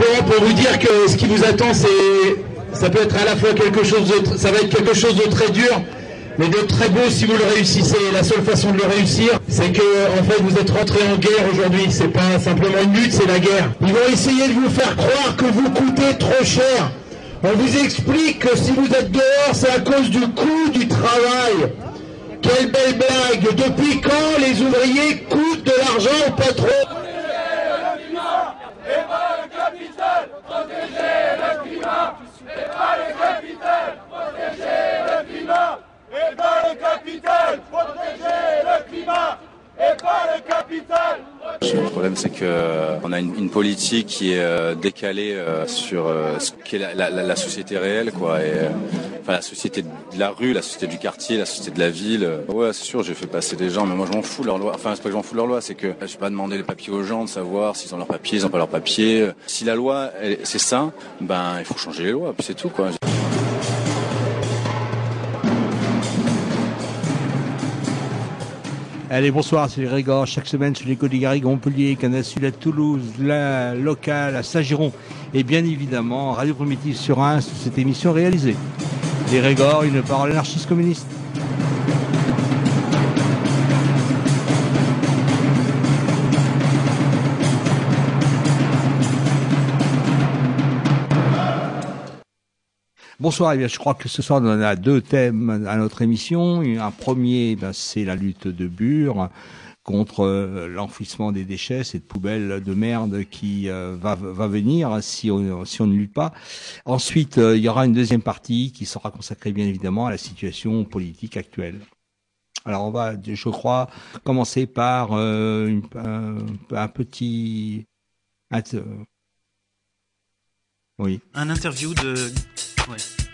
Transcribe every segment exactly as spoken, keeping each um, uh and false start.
simplement pour vous dire que ce qui vous attend, c'est, ça peut être à la fois quelque chose de, ça va être quelque chose de très dur, mais de très beau si vous le réussissez. La seule façon de le réussir, c'est que, en fait, vous êtes rentré en guerre aujourd'hui. C'est pas simplement une lutte, c'est la guerre. Ils vont essayer de vous faire croire que vous coûtez trop cher. On vous explique que si vous êtes dehors, c'est à cause du coût du travail. Quelle belle blague! Depuis quand les ouvriers coûtent de l'argent au patron? Et pas le capital, protéger le climat, et pas le capital. Le problème, c'est qu'on a une, une politique qui est euh, décalée euh, sur euh, ce qu'est la, la, la société réelle, quoi. Et, euh, enfin, la société de la rue, la société du quartier, la société de la ville. Ouais, c'est sûr, j'ai fait passer des gens, mais moi, je m'en fous de leur loi. Enfin, c'est pas que je m'en fous de leur loi, c'est que je vais pas demander les papiers aux gens, de savoir s'ils ont leurs papiers, ils ont pas leurs papiers. Si la loi, elle, c'est ça, ben, il faut changer les lois, puis c'est tout, quoi. Allez, bonsoir, c'est les Grégor. Chaque semaine sur l'écho des Garrigues, Montpellier, Canal Sud à Toulouse, la locale à Saint-Giron et bien évidemment Radio Primitive sur un, cette émission réalisée. Les Grégor, une parole anarchiste communiste. Bonsoir, eh bien, je crois que ce soir on a deux thèmes à notre émission. Un premier, ben, c'est la lutte de Bure contre euh, l'enfouissement des déchets, cette poubelle de merde qui euh, va, va venir si on, si on ne lutte pas. Ensuite, euh, il y aura une deuxième partie qui sera consacrée bien évidemment à la situation politique actuelle. Alors on va, je crois, commencer par euh, une, un, un petit... Un, euh, oui. Un interview de... Ouais.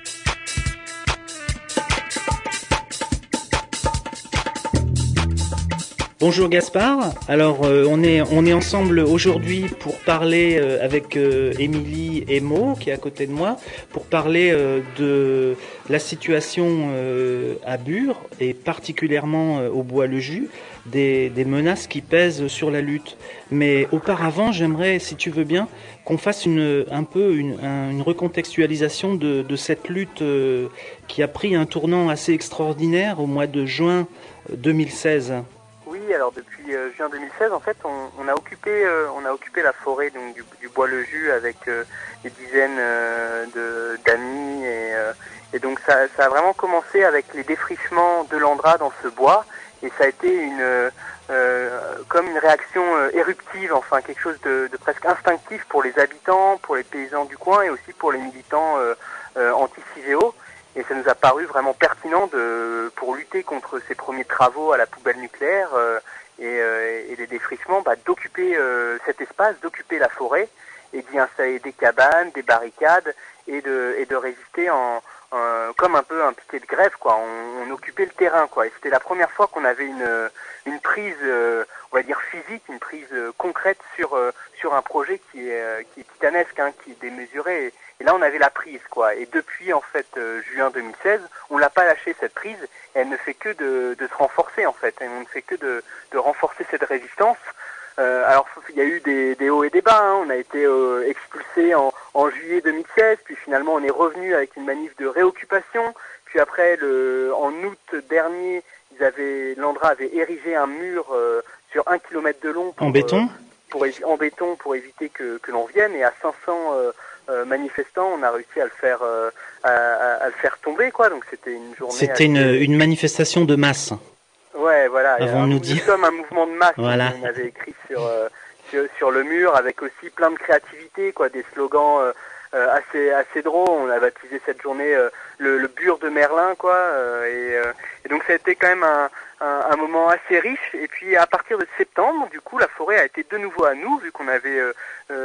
Bonjour Gaspard, alors euh, on est on est ensemble aujourd'hui pour parler euh, avec euh, Émilie et Mo qui est à côté de moi pour parler euh, de la situation euh, à Bure et particulièrement euh, au Bois-le-Jus, des, des menaces qui pèsent sur la lutte. Mais auparavant, j'aimerais, si tu veux bien, qu'on fasse une, un peu une, un, une recontextualisation de, de cette lutte euh, qui a pris un tournant assez extraordinaire au mois de juin deux mille seize. Oui, alors depuis euh, juin deux mille seize, en fait, on, on a occupé, euh, on a occupé la forêt donc du, du Bois-le-Jus avec euh, des dizaines euh, de d'amis et, euh, et donc ça, ça a vraiment commencé avec les défrichements de l'Andra dans ce bois et ça a été une euh, comme une réaction euh, éruptive, enfin quelque chose de, de presque instinctif pour les habitants, pour les paysans du coin et aussi pour les militants euh, euh, anti-Cigéo. Et ça nous a paru vraiment pertinent de, pour lutter contre ces premiers travaux à la poubelle nucléaire euh, et, euh, et les défrichements, bah, d'occuper euh, cet espace, d'occuper la forêt et d'y installer des cabanes, des barricades et de, et de résister en, en, comme un peu un piquet de grève, quoi. On, on occupait le terrain, quoi. Et c'était la première fois qu'on avait une, une prise, euh, on va dire physique, une prise euh, concrète sur, euh, sur un projet qui est, euh, qui est titanesque, hein, qui est démesuré. Et, Et là, on avait la prise, quoi. Et depuis, en fait, euh, juin deux mille seize, on l'a pas lâché, cette prise. Et elle ne fait que de, de se renforcer, en fait. Et on ne fait que de, de renforcer cette résistance. Euh, alors, il y a eu des, des hauts et des bas, hein. On a été euh, expulsés en, en juillet deux mille seize. Puis finalement, on est revenu avec une manif de réoccupation. Puis après, le, en août dernier, ils avaient, l'Andra avait érigé un mur euh, sur un kilomètre de long. Pour, en béton euh, pour, En béton, pour éviter que, que l'on vienne. Et à cinq cents... Euh, Euh, manifestants, on a réussi à le faire euh, à, à, à le faire tomber, quoi. Donc c'était une journée. C'était assez... une, une manifestation de masse. Ouais, voilà. Avant de nous dire. Nous sommes un mouvement de masse. Voilà. On avait écrit sur, euh, sur sur le mur avec aussi plein de créativité, quoi, des slogans euh, euh, assez assez drôles. On a baptisé cette journée euh, le, le Bure de Merlin, quoi. Euh, et, euh, et donc ça a été quand même un Un, un moment assez riche. Et puis à partir de septembre, du coup, la forêt a été de nouveau à nous, vu qu'on avait euh,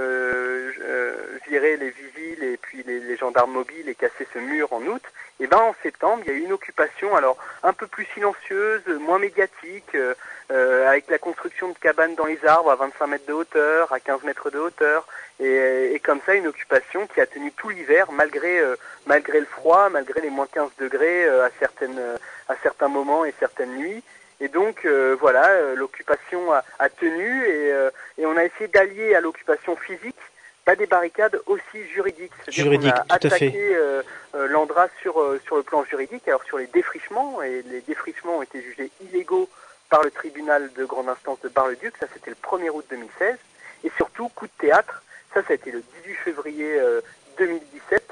euh, euh, viré les vigiles et puis les, les gendarmes mobiles et cassé ce mur en août. Et ben en septembre, il y a eu une occupation, alors un peu plus silencieuse, moins médiatique, euh, euh, avec la construction de cabanes dans les arbres à vingt-cinq mètres de hauteur, à quinze mètres de hauteur, et, et comme ça une occupation qui a tenu tout l'hiver, malgré euh, malgré le froid, malgré les moins quinze degrés euh, à certaines euh, à certains moments et certaines nuits. Et donc euh, voilà, euh, l'occupation a, a tenu et, euh, et on a essayé d'allier à l'occupation physique pas des barricades aussi juridiques. C'est-à-dire Juridique, qu'on a tout à fait. attaqué euh, euh, l'Andra sur, euh, sur le plan juridique, alors sur les défrichements, et les défrichements ont été jugés illégaux par le tribunal de grande instance de Bar-le-Duc, ça c'était le premier août deux mille seize, et surtout, coup de théâtre, ça ça a été le dix-huit février euh, deux mille dix-sept,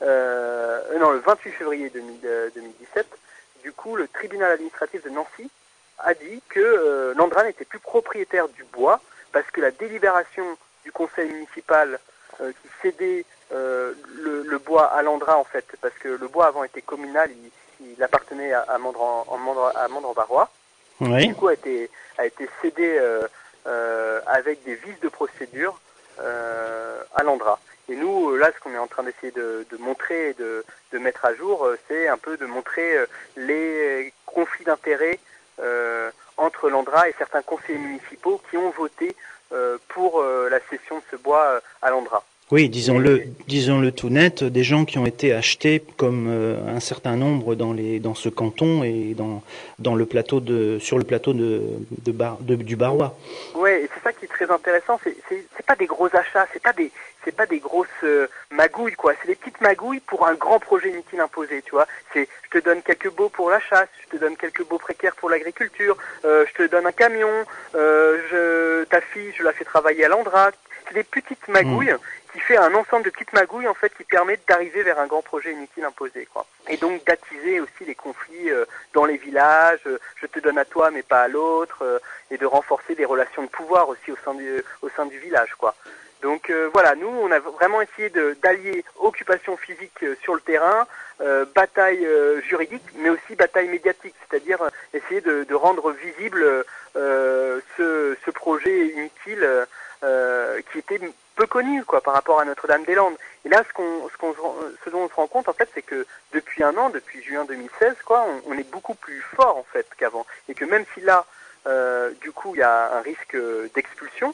euh, non le vingt-huit février deux mille dix-sept, du coup le tribunal administratif de Nancy a dit que euh, l'Andra n'était plus propriétaire du bois, parce que la délibération du conseil municipal euh, qui cédait euh, le, le bois à l'Andra en fait, parce que le bois avant était communal, il, il appartenait à, à Mandran, en Mandran, à Mandran-Barrois, Oui. du coup a été, a été cédé euh, euh, avec des vices de procédure euh, à l'Andra. Et nous, là, ce qu'on est en train d'essayer de, de montrer et de, de mettre à jour, c'est un peu de montrer les conflits d'intérêts euh, entre l'Andra et certains conseillers municipaux qui ont voté euh, pour euh, la cession de ce bois euh, à l'Andra. Oui, disons-le, disons-le tout net, des gens qui ont été achetés comme euh, un certain nombre dans les dans ce canton et dans dans le plateau de sur le plateau de de, Bar, de du Barrois. Ouais, et c'est ça qui est très intéressant. C'est c'est c'est pas des gros achats, c'est pas des c'est pas des grosses euh, magouilles quoi. C'est des petites magouilles pour un grand projet inutile imposé, tu vois. C'est je te donne quelques baux pour la chasse, je te donne quelques baux précaires pour l'agriculture, euh, je te donne un camion, euh, je ta fille je la fais travailler à l'Andra. C'est des petites magouilles. Mmh. qui fait un ensemble de petites magouilles en fait qui permettent d'arriver vers un grand projet inutile imposé quoi. Et donc d'attiser aussi les conflits euh, dans les villages, euh, je te donne à toi mais pas à l'autre, euh, et de renforcer des relations de pouvoir aussi au sein du au sein du village quoi. Donc euh, voilà, nous on a vraiment essayé de d'allier occupation physique euh, sur le terrain, euh, bataille euh, juridique, mais aussi bataille médiatique, c'est-à-dire euh, essayer de, de rendre visible euh, ce ce projet inutile euh, qui était peu connu quoi par rapport à Notre-Dame-des-Landes. Et là ce qu'on ce qu'on ce dont on se rend compte en fait c'est que depuis un an, depuis juin deux mille seize quoi, on, on est beaucoup plus fort en fait qu'avant, et que même si là euh, du coup il y a un risque d'expulsion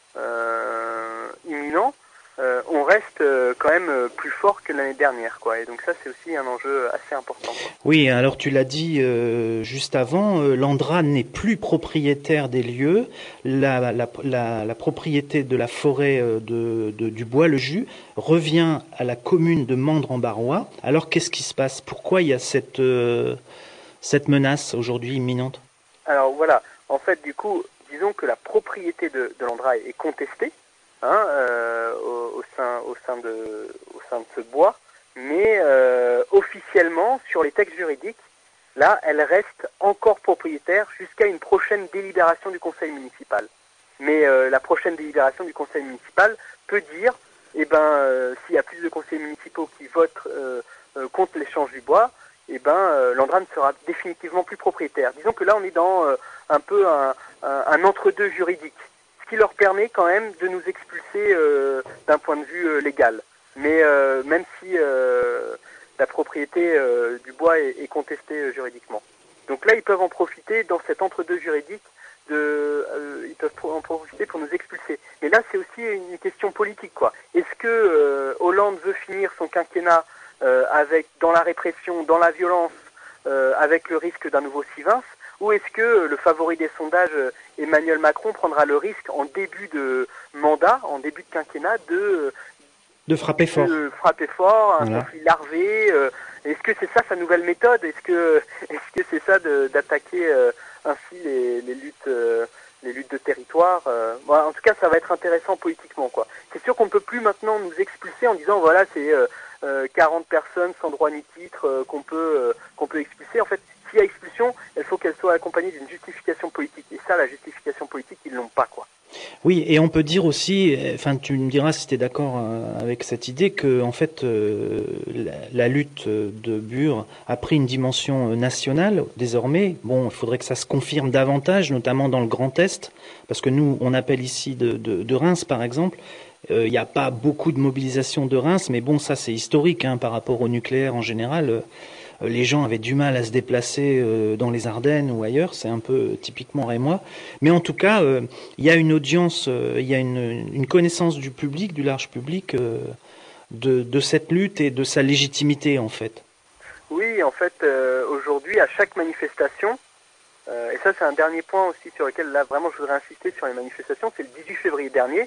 euh, imminent, euh, on reste euh, quand même euh, plus fort que l'année dernière quoi. Et donc ça c'est aussi un enjeu assez important quoi. Oui, alors tu l'as dit euh, juste avant, euh, l'Andra n'est plus propriétaire des lieux, la, la, la, la propriété de la forêt euh, de, de, du Bois-le-Jus revient à la commune de Mandran-Barrois. Alors qu'est-ce qui se passe? Pourquoi il y a cette, euh, cette menace aujourd'hui imminente? Alors voilà, en fait du coup, disons que la propriété de, de l'Andra est contestée, hein, euh, au, au sein au sein de au sein de ce bois, mais euh, officiellement sur les textes juridiques, là, elle reste encore propriétaire jusqu'à une prochaine délibération du conseil municipal. Mais euh, la prochaine délibération du conseil municipal peut dire, eh ben, euh, s'il y a plus de conseillers municipaux qui votent euh, euh, contre l'échange du bois, eh ben, euh, l'Andra ne sera définitivement plus propriétaire. Disons que là, on est dans euh, un peu un, un, un entre-deux juridique, ce qui leur permet quand même de nous expulser euh, d'un point de vue euh, légal. Mais euh, même si euh, la propriété euh, du bois est, est contestée euh, juridiquement. Donc là, ils peuvent en profiter dans cet entre-deux juridique, de, euh, ils peuvent en profiter pour nous expulser. Mais là, c'est aussi une question politique, quoi. Est-ce que euh, Hollande veut finir son quinquennat euh, avec dans la répression, dans la violence, euh, avec le risque d'un nouveau Sivins, ou est-ce que le favori des sondages, Emmanuel Macron, prendra le risque en début de mandat, en début de quinquennat, de de frapper fort, de frapper fort, un voilà. conflit larvé. Euh, est-ce que c'est ça sa nouvelle méthode? Est-ce que est-ce que c'est ça de, d'attaquer euh, ainsi les, les luttes euh, les luttes de territoire? euh, bon, en tout cas, ça va être intéressant politiquement, quoi. C'est sûr qu'on ne peut plus maintenant nous expulser en disant voilà, c'est euh, euh, quarante personnes sans droit ni titre euh, qu'on peut euh, qu'on peut expulser. En fait, s'il y a expulsion, il faut qu'elle soit accompagnée d'une justification politique. Et ça, la justification politique, ils l'ont pas, quoi. Oui, et on peut dire aussi, enfin, tu me diras si tu es d'accord avec cette idée, que en fait, euh, la, la lutte de Bure a pris une dimension nationale désormais. Bon, il faudrait que ça se confirme davantage, notamment dans le Grand Est, parce que nous, on appelle ici de, de, de Reims, par exemple. Il euh, n'y a pas beaucoup de mobilisation de Reims, mais bon, ça c'est historique hein, par rapport au nucléaire en général. Euh, les gens avaient du mal à se déplacer euh, dans les Ardennes ou ailleurs, c'est un peu euh, typiquement rémois. Mais en tout cas, il euh, y a une audience, il euh, y a une, une connaissance du public, du large public, euh, de, de cette lutte et de sa légitimité en fait. Oui, en fait, euh, aujourd'hui, à chaque manifestation, euh, et ça c'est un dernier point aussi sur lequel là vraiment je voudrais insister sur les manifestations, c'est le dix-huit février dernier,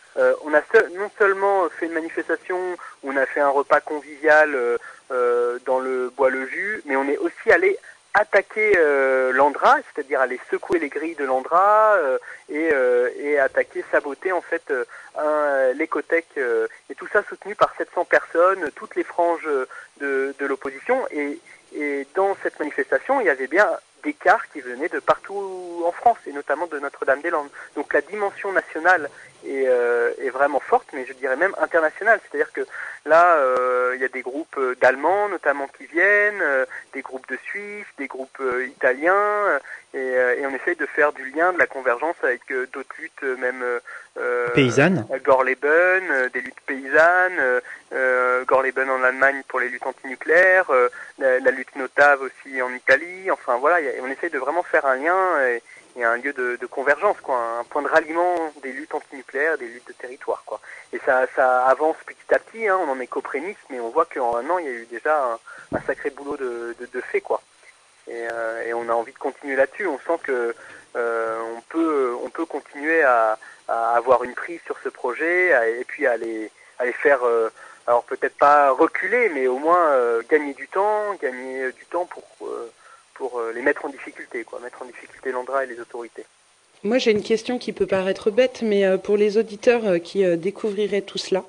Euh, on a seul, non seulement fait une manifestation où on a fait un repas convivial euh, euh, dans le Bois-le-Jus, mais on est aussi allé attaquer euh, l'Andra, c'est-à-dire aller secouer les grilles de l'Andra euh, et, euh, et attaquer, saboter en fait euh, un, l'écothèque euh, et tout ça soutenu par sept cents personnes, toutes les franges de, de l'opposition et, et dans cette manifestation il y avait bien des cars qui venaient de partout en France et notamment de Notre-Dame-des-Landes. Donc la dimension nationale est, euh, est vraiment forte, mais je dirais même internationale. C'est-à-dire que là, euh, il y a des groupes d'Allemands notamment qui viennent, euh, des groupes de Suisses, des groupes euh, italiens, euh, et, euh, et on essaye de faire du lien, de la convergence avec euh, d'autres luttes, euh, même euh, paysannes, Gorleben, euh, des luttes paysannes, euh, euh, Gorleben en Allemagne pour les luttes antinucléaires, euh, la, la lutte Notave aussi en Italie. Enfin voilà, y a, on essaye de vraiment faire un lien et, et un lieu de, de convergence, quoi, un point de ralliement des luttes antinucléaires, des luttes de territoire, quoi. Et ça, ça avance petit à petit, hein, on en est qu'aux prémices, mais on voit qu'en un an, il y a eu déjà un, un sacré boulot de, de, de fait, quoi. Et, euh, et on a envie de continuer là-dessus. On sent que euh, on peut, on peut continuer à, à avoir une prise sur ce projet, à, et puis à les, à les faire, euh, alors peut-être pas reculer, mais au moins euh, gagner du temps, gagner du temps pour, euh, pour les mettre en difficulté, quoi, mettre en difficulté l'Andra et les autorités. Moi, j'ai une question qui peut paraître bête, mais pour les auditeurs qui découvriraient tout cela,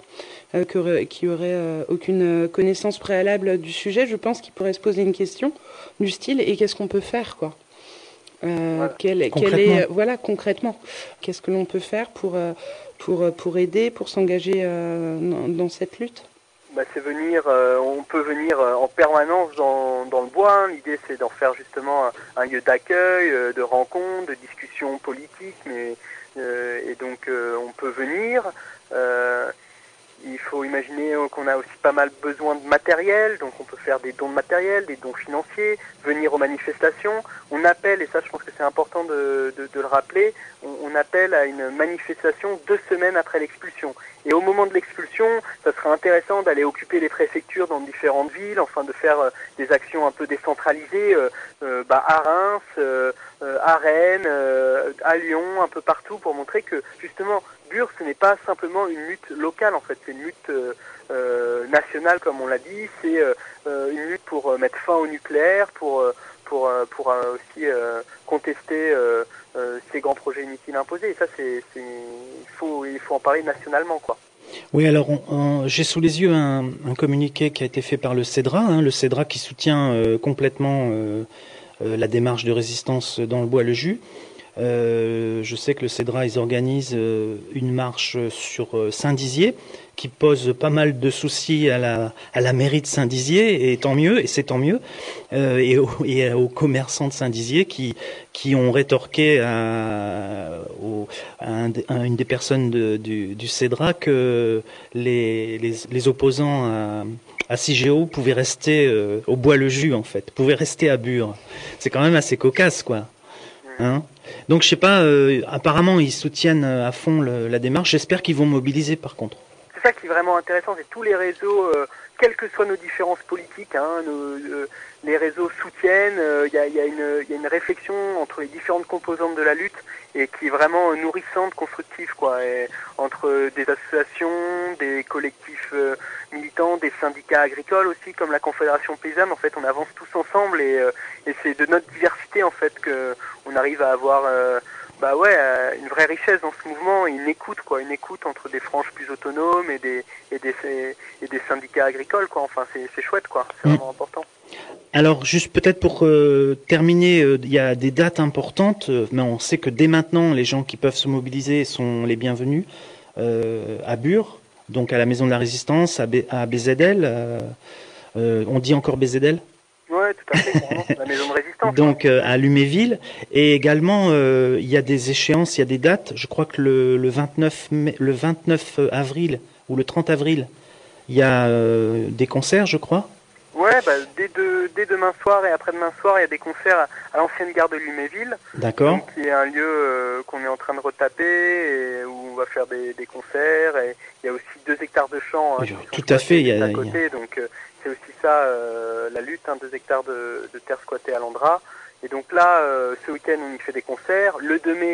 qui n'auraient aucune connaissance préalable du sujet, je pense qu'ils pourraient se poser une question du style « et qu'est-ce qu'on peut faire, quoi ?» Euh, voilà. quel, Concrètement. quel est, voilà, concrètement, qu'est-ce que l'on peut faire pour, pour, pour aider, pour s'engager euh, dans, dans cette lutte? Bah, c'est venir, euh, on peut venir euh, en permanence dans, dans le bois. Hein. L'idée, c'est d'en faire justement un, un lieu d'accueil, euh, de rencontres, de discussions politiques. Mais, euh, et donc, euh, on peut venir. Euh, il faut imaginer qu'on a aussi pas mal besoin de matériel, donc on peut faire des dons de matériel, des dons financiers, venir aux manifestations. On appelle, et ça je pense que c'est important de, de, de le rappeler, on, on appelle à une manifestation deux semaines après l'expulsion. Et au moment de l'expulsion, ça serait intéressant d'aller occuper les préfectures dans différentes villes, enfin de faire euh, des actions un peu décentralisées, euh, euh, bah, à Reims, euh, euh, à Rennes, euh, à Lyon, un peu partout, pour montrer que justement Bure, ce n'est pas simplement une lutte locale, en fait, c'est une lutte euh, euh, nationale, comme on l'a dit, c'est euh, une lutte pour euh, mettre fin au nucléaire, pour, euh, pour, euh, pour euh, aussi euh, contester euh, euh, ces grands projets inutiles imposés. Et ça, c'est, c'est, il faut, il faut en parler nationalement, quoi. Oui, alors on, on, j'ai sous les yeux un, un communiqué qui a été fait par le CEDRA, hein, le CEDRA qui soutient euh, complètement euh, euh, la démarche de résistance dans le Bois-le-Jus. Euh, je sais que le CEDRA, ils organisent euh, une marche sur euh, Saint-Dizier qui pose pas mal de soucis à la, à la mairie de Saint-Dizier, et tant mieux, et c'est tant mieux, euh, et, au, et aux commerçants de Saint-Dizier qui, qui ont rétorqué à, au, à, un, à une des personnes de, du, du CEDRA que les, les, les opposants à, à C I G O pouvaient rester euh, au Bois-le-Jus, en fait, pouvaient rester à Bure. C'est quand même assez cocasse, quoi. Hein? Donc je sais pas, euh, apparemment ils soutiennent à fond le, la démarche, j'espère qu'ils vont mobiliser par contre. C'est ça qui est vraiment intéressant, c'est tous les réseaux, euh, quelles que soient nos différences politiques, hein, nos, euh, les réseaux soutiennent, il euh, y, a, y, a y a une réflexion entre les différentes composantes de la lutte et qui est vraiment nourrissante, constructive, quoi, et entre des associations, des collectifs euh, militants, des syndicats agricoles aussi, comme la Confédération Paysanne. En fait, on avance tous ensemble et, euh, et c'est de notre diversité en fait que on arrive à avoir euh, bah ouais, euh, une vraie richesse dans ce mouvement, une écoute, quoi, une écoute entre des franges plus autonomes et des et des et des syndicats agricoles, quoi. Enfin, c'est c'est chouette, quoi. C'est mmh. vraiment important. Alors, juste peut-être pour euh, terminer, euh, il y a des dates importantes, euh, mais on sait que dès maintenant, les gens qui peuvent se mobiliser sont les bienvenus euh, à Bure, donc à la Maison de la Résistance, à, B- à B Z L. Euh, euh, on dit encore B Z L ? Ouais, tout à fait, la Maison de Résistance. Donc euh, à Luméville, et également euh, il y a des échéances, il y a des dates. Je crois que le, le vingt-neuf mai, le vingt-neuf avril ou le trente avril, il y a euh, des concerts, je crois. Ouais, bah, dès, de, dès demain soir et après-demain soir, il y a des concerts à, à l'ancienne gare de Luméville. D'accord. Donc, qui est un lieu euh, qu'on est en train de retaper et où on va faire des, des concerts. Et il y a aussi deux hectares de champs. Hein, tout à fait. Il y a, à côté, il y a... donc euh, c'est aussi ça euh, la lutte, hein, deux hectares de, de terre squattée à l'Andra. Et donc là, euh, ce week-end, on y fait des concerts. Le deux mai,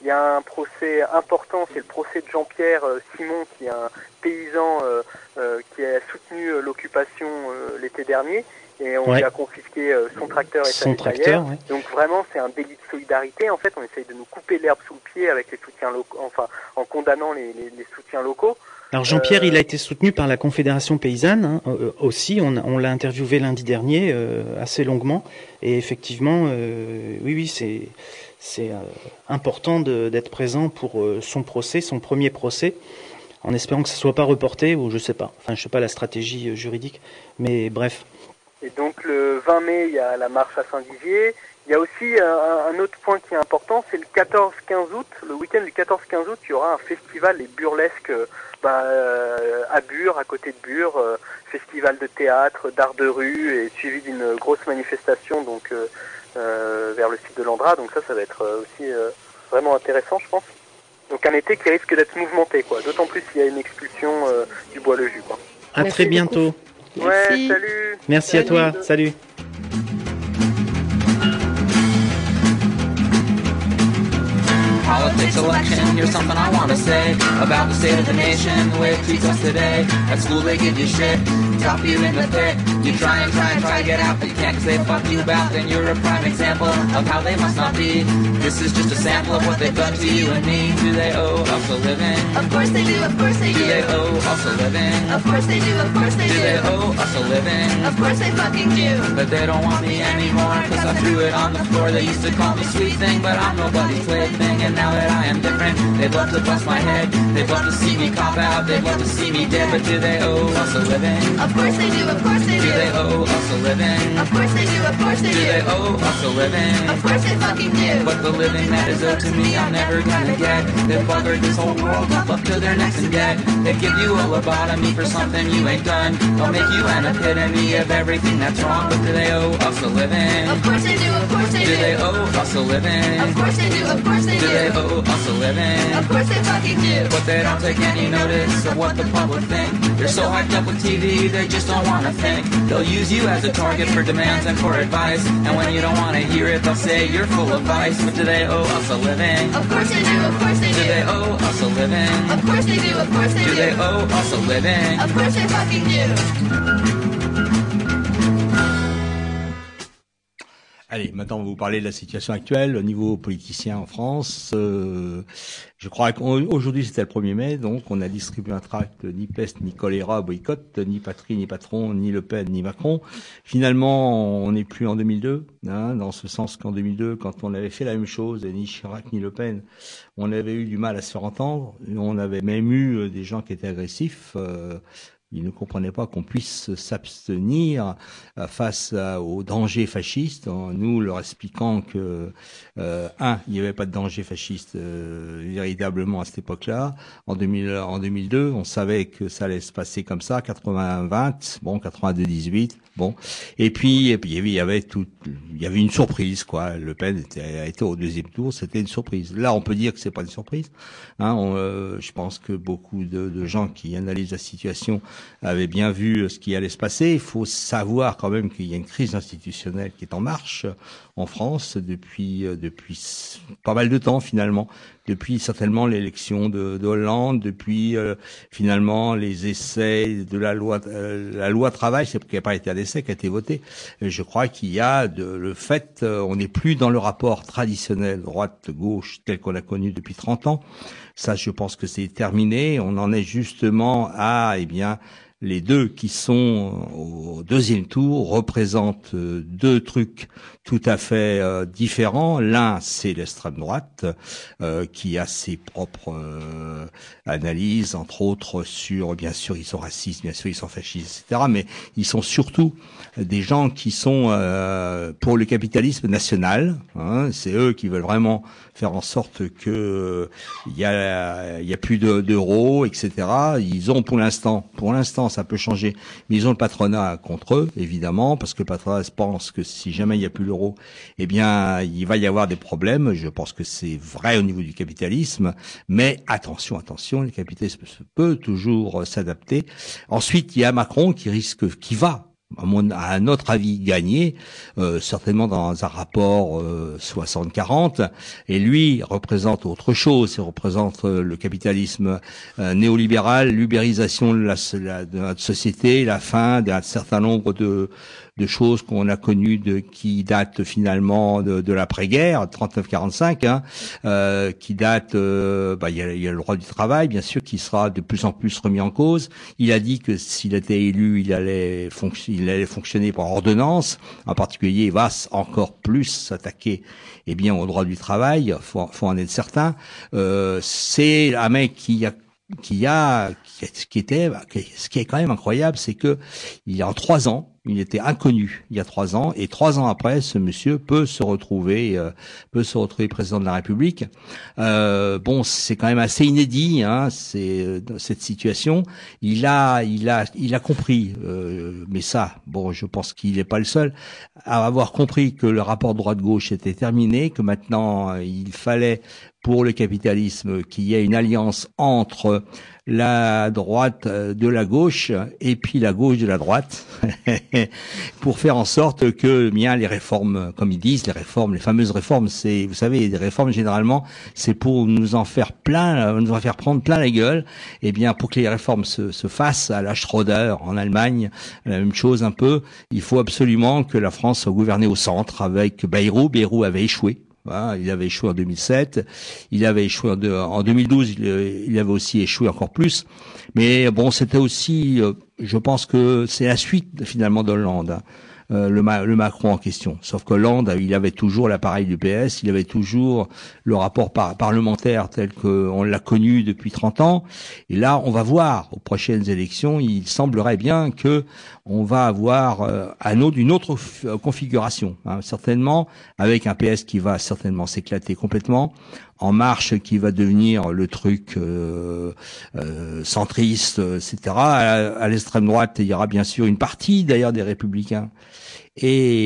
Il y a un procès important, c'est le procès de Jean-Pierre euh, Simon, qui est un paysan euh, euh, qui a soutenu euh, l'occupation euh, l'été dernier, et on ouais. lui a confisqué euh, son tracteur et son sa tracteur. Ouais. Donc vraiment, c'est un délit de solidarité. En fait, on essaye de nous couper l'herbe sous le pied avec les soutiens locaux, enfin, en condamnant les, les, les soutiens locaux. Alors Jean-Pierre, euh... il a été soutenu par la Confédération paysanne hein, euh, aussi. On, on l'a interviewé lundi dernier euh, assez longuement, et effectivement, euh, oui, oui, c'est c'est euh, important de, d'être présent pour euh, son procès, son premier procès, en espérant que ça soit pas reporté ou je sais pas. Enfin, je sais pas la stratégie euh, juridique, mais bref. Et donc le vingt mai, il y a la marche à Saint-Dizier. Il y a aussi un, un autre point qui est important, c'est le quatorze quinze août. Le week-end du quatorze quinze août, il y aura un festival, les burlesques bah, euh, à Bure, à côté de Bure, euh, festival de théâtre, d'art de rue, et suivi d'une grosse manifestation donc euh, euh, vers le site de l'Andra. Donc ça, ça va être aussi euh, vraiment intéressant, je pense. Donc un été qui risque d'être mouvementé, quoi. D'autant plus s'il y a une expulsion euh, du Bois-le-Jus, quoi. À Merci très bientôt. beaucoup. Ouais, Merci. salut. Merci salut. à toi. Salut. Politics, election, here's something I want to say about the state of the nation, the way it treats us today. At school they give you shit, drop you in the pit. You try and try and try to get out, but you can't cause they fucked you back. Then you're a prime example of how they must not be. This is just a sample of what they've done to you and me. Do they owe us a living? Of course they do, of course they do. Do they owe us a living? Of course they do, of course they do. Do they owe us a living? Of course they fucking do. But they don't want me anymore, cause I threw it on the floor. They used to call me sweet thing, but I'm nobody's plaything. And now that I am different, they'd love to bust my head. They'd love to see me cop out, they'd love to see me dead. But do they owe us a living? Of course they do, of course they do. Do they owe us a living? Of course they do, of course they Do do. they owe us a living? Of course they fucking do. But the living that is owed to me I'm never gonna get. They've buggered this whole world up up to their necks in debt. They give you a lobotomy for something you ain't done. They'll make you an epitome of everything that's wrong. But do they owe us a living? Of course they do, of course they do. Do they owe us a living? Of course they do, of course they Do do. they owe us a living? Of course they fucking do. But they don't take any notice of what the public think. They're so hyped up with T V, they just don't wanna think. They'll use you as a target for demands and for advice. And when you don't wanna hear it, they'll say you're full of vice. But do they owe us a living? Of course they do, of course they Do do. they owe us a living? Of course they do, of course they Do they do. owe us a living? Of course they fucking do. Allez, maintenant on va vous parler de la situation actuelle au niveau politicien en France. Euh, je crois qu'aujourd'hui c'était le premier mai, donc on a distribué un tract ni peste ni choléra, boycott, ni patrie ni patron, ni Le Pen ni Macron. Finalement, on n'est plus en deux mille deux, hein, dans ce sens qu'en deux mille deux, quand on avait fait la même chose, et ni Chirac ni Le Pen, on avait eu du mal à se faire entendre. On avait même eu des gens qui étaient agressifs. Euh, Ils ne comprenaient pas qu'on puisse s'abstenir face aux dangers fascistes, en nous leur expliquant que, euh, un, il n'y avait pas de danger fasciste euh, véritablement à cette époque-là. En, deux mille, en deux mille deux, on savait que ça allait se passer comme ça, quatre-vingts vingt, bon, quatre-vingt-deux dix-huit, bon. Et puis, et puis il y avait tout, il y avait une surprise, quoi. Le Pen était, a été au deuxième tour, c'était une surprise. Là, on peut dire que c'est pas une surprise. Hein, on, euh, je pense que beaucoup de, de gens qui analysent la situation avait bien vu ce qui allait se passer. Il faut savoir quand même qu'il y a une crise institutionnelle qui est en marche en France depuis depuis pas mal de temps finalement, depuis certainement l'élection de, de Hollande, depuis euh, finalement les essais de la loi euh, la loi travail, c'est qui n'a pas été un essai, qui a été voté. Et je crois qu'il y a de, le fait, euh, on n'est plus dans le rapport traditionnel droite-gauche tel qu'on a connu depuis trente ans. Ça, je pense que c'est terminé. On en est justement à, eh bien, les deux qui sont au deuxième tour représentent deux trucs tout à fait euh, différents. L'un, c'est l'extrême droite, euh, qui a ses propres euh, analyses, entre autres sur, bien sûr, ils sont racistes, bien sûr, ils sont fascistes, et cetera. Mais ils sont surtout des gens qui sont euh, pour le capitalisme national. Hein, c'est eux qui veulent vraiment faire en sorte que il y a, il y a plus de, d'euros, et cetera. Ils ont pour l'instant, pour l'instant, ça peut changer, mais ils ont le patronat contre eux, évidemment, parce que le patronat pense que si jamais il n'y a plus l'euro, eh bien, il va y avoir des problèmes. Je pense que c'est vrai au niveau du capitalisme, mais attention, attention, le capitalisme peut toujours s'adapter. Ensuite, il y a Macron qui risque, qui va à, mon, à notre avis, gagné, euh, certainement dans un rapport euh, soixante quarante, et lui représente autre chose, il représente euh, le capitalisme euh, néolibéral, l'ubérisation de, la, la, de notre société, la fin d'un certain nombre de, de choses qu'on a connues, de, qui datent finalement de, de l'après-guerre, trente-neuf quarante-cinq, hein, euh, qui date, euh, bah, il y a, il y a le droit du travail, bien sûr, qui sera de plus en plus remis en cause. Il a dit que s'il était élu, il allait, fonc- il allait fonctionner par ordonnance. En particulier, il va encore plus s'attaquer, eh bien, au droit du travail. Faut, faut en être certain. Euh, c'est un mec qui a qui a qui était ce qui est quand même incroyable, c'est que il y a en trois ans, il était inconnu il y a trois ans, et trois ans après, ce monsieur peut se retrouver euh, peut se retrouver président de la République. Euh, bon, c'est quand même assez inédit, hein, c'est euh, cette situation. Il a il a il a compris, euh, mais ça, bon, je pense qu'il n'est pas le seul à avoir compris que le rapport droite-gauche était terminé, que maintenant euh, il fallait pour le capitalisme qu'il y ait une alliance entre la droite de la gauche et puis la gauche de la droite pour faire en sorte que bien les réformes, comme ils disent, les réformes, les fameuses réformes, c'est, vous savez, les réformes généralement, c'est pour nous en faire plein, nous en faire prendre plein la gueule. Et bien pour que les réformes se, se fassent à la Schröder en Allemagne, la même chose un peu. Il faut absolument que la France soit gouvernée au centre avec Bayrou. Bayrou avait échoué. Voilà, il avait échoué en deux mille sept, il avait échoué en, deux, en deux mille douze, il, il avait aussi échoué encore plus. Mais bon, c'était aussi, euh, je pense que c'est la suite finalement de Hollande, hein, euh, le, le Macron en question. Sauf que Hollande, il avait toujours l'appareil du P S, il avait toujours le rapport par, parlementaire tel qu'on l'a connu depuis trente ans. Et là, on va voir aux prochaines élections, il semblerait bien que on va avoir euh, un autre, une autre f- configuration, hein, certainement, avec un P S qui va certainement s'éclater complètement, En Marche qui va devenir le truc euh, euh, centriste, et cetera. À, à l'extrême droite, il y aura bien sûr une partie d'ailleurs des Républicains et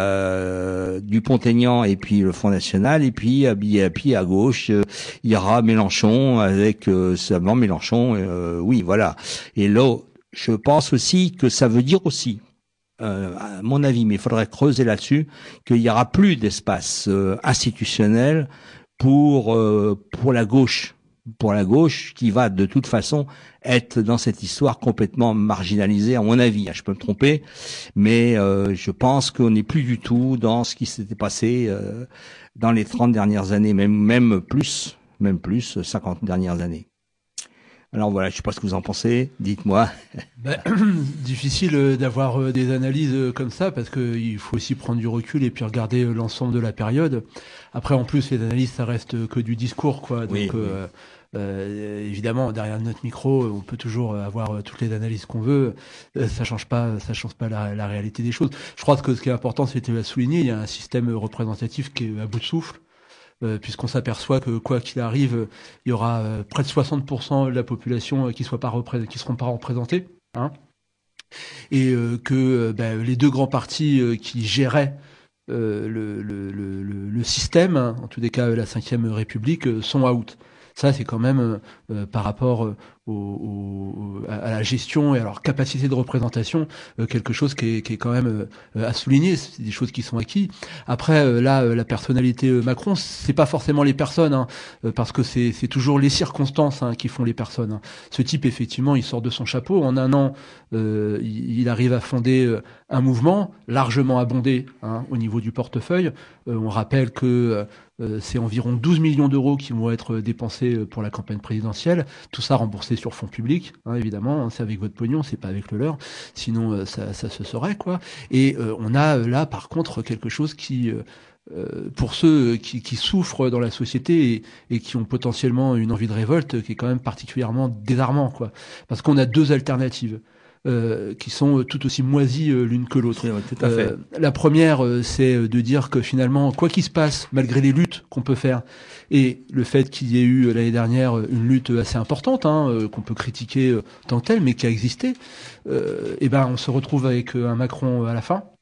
euh, Dupont-Aignan et puis le Front National, et puis à, à pied à gauche, euh, il y aura Mélenchon avec euh, seulement Mélenchon, euh, oui, voilà. Et là, je pense aussi que ça veut dire aussi, euh, à mon avis, mais il faudrait creuser là-dessus, qu'il y aura plus d'espace euh, institutionnel pour euh, pour la gauche, pour la gauche qui va de toute façon être dans cette histoire complètement marginalisée, à mon avis. Je peux me tromper, mais euh, je pense qu'on n'est plus du tout dans ce qui s'était passé euh, dans les trente dernières années, même même plus, même plus, cinquante dernières années. Alors voilà, je sais pas ce que vous en pensez, dites-moi. Ben, difficile d'avoir des analyses comme ça, parce qu'il faut aussi prendre du recul et puis regarder l'ensemble de la période. Après, en plus, les analyses, ça reste que du discours, quoi. Donc, oui, euh, oui. Euh, évidemment, derrière notre micro, on peut toujours avoir toutes les analyses qu'on veut. Ça change pas, ça change pas la, la réalité des choses. Je crois que ce qui est important, c'était de souligner, il y a un système représentatif qui est à bout de souffle. Euh, puisqu'on s'aperçoit que quoi qu'il arrive, il y aura euh, près de soixante pour cent de la population euh, qui soit pas repré- qui seront pas représentés, hein, et euh, que euh, ben, les deux grands partis euh, qui géraient euh, le, le, le, le système, hein, en tous les cas la cinquième République, euh, sont out. Ça, c'est quand même euh, par rapport euh, au, au, à la gestion et à leur capacité de représentation, euh, quelque chose qui est, qui est quand même euh, à souligner. C'est des choses qui sont acquis. Après, euh, là, euh, la personnalité euh, Macron, c'est pas forcément les personnes, hein, euh, parce que c'est, c'est toujours les circonstances, hein, qui font les personnes. Hein. Ce type, effectivement, il sort de son chapeau. En un an, euh, il, il arrive à fonder euh, un mouvement largement abondé, hein, au niveau du portefeuille. Euh, on rappelle que euh, c'est environ douze millions d'euros qui vont être dépensés pour la campagne présidentielle. Tout ça remboursé sur fonds publics, hein, évidemment. C'est avec votre pognon, c'est pas avec le leur. Sinon, euh, ça, ça se saurait, quoi. Et euh, on a là, par contre, quelque chose qui, euh, pour ceux qui, qui souffrent dans la société et, et qui ont potentiellement une envie de révolte, qui est quand même particulièrement désarmant, quoi. Parce qu'on a deux alternatives. Euh, qui sont tout aussi moisies euh, l'une que l'autre. Oui, tout à fait. Euh, la première, euh, c'est de dire que finalement, quoi qu'il se passe, malgré les luttes qu'on peut faire, et le fait qu'il y ait eu euh, l'année dernière une lutte assez importante, hein, euh, qu'on peut critiquer euh, tant que telle, mais qui a existé, euh, et ben on se retrouve avec euh, un Macron à la fin,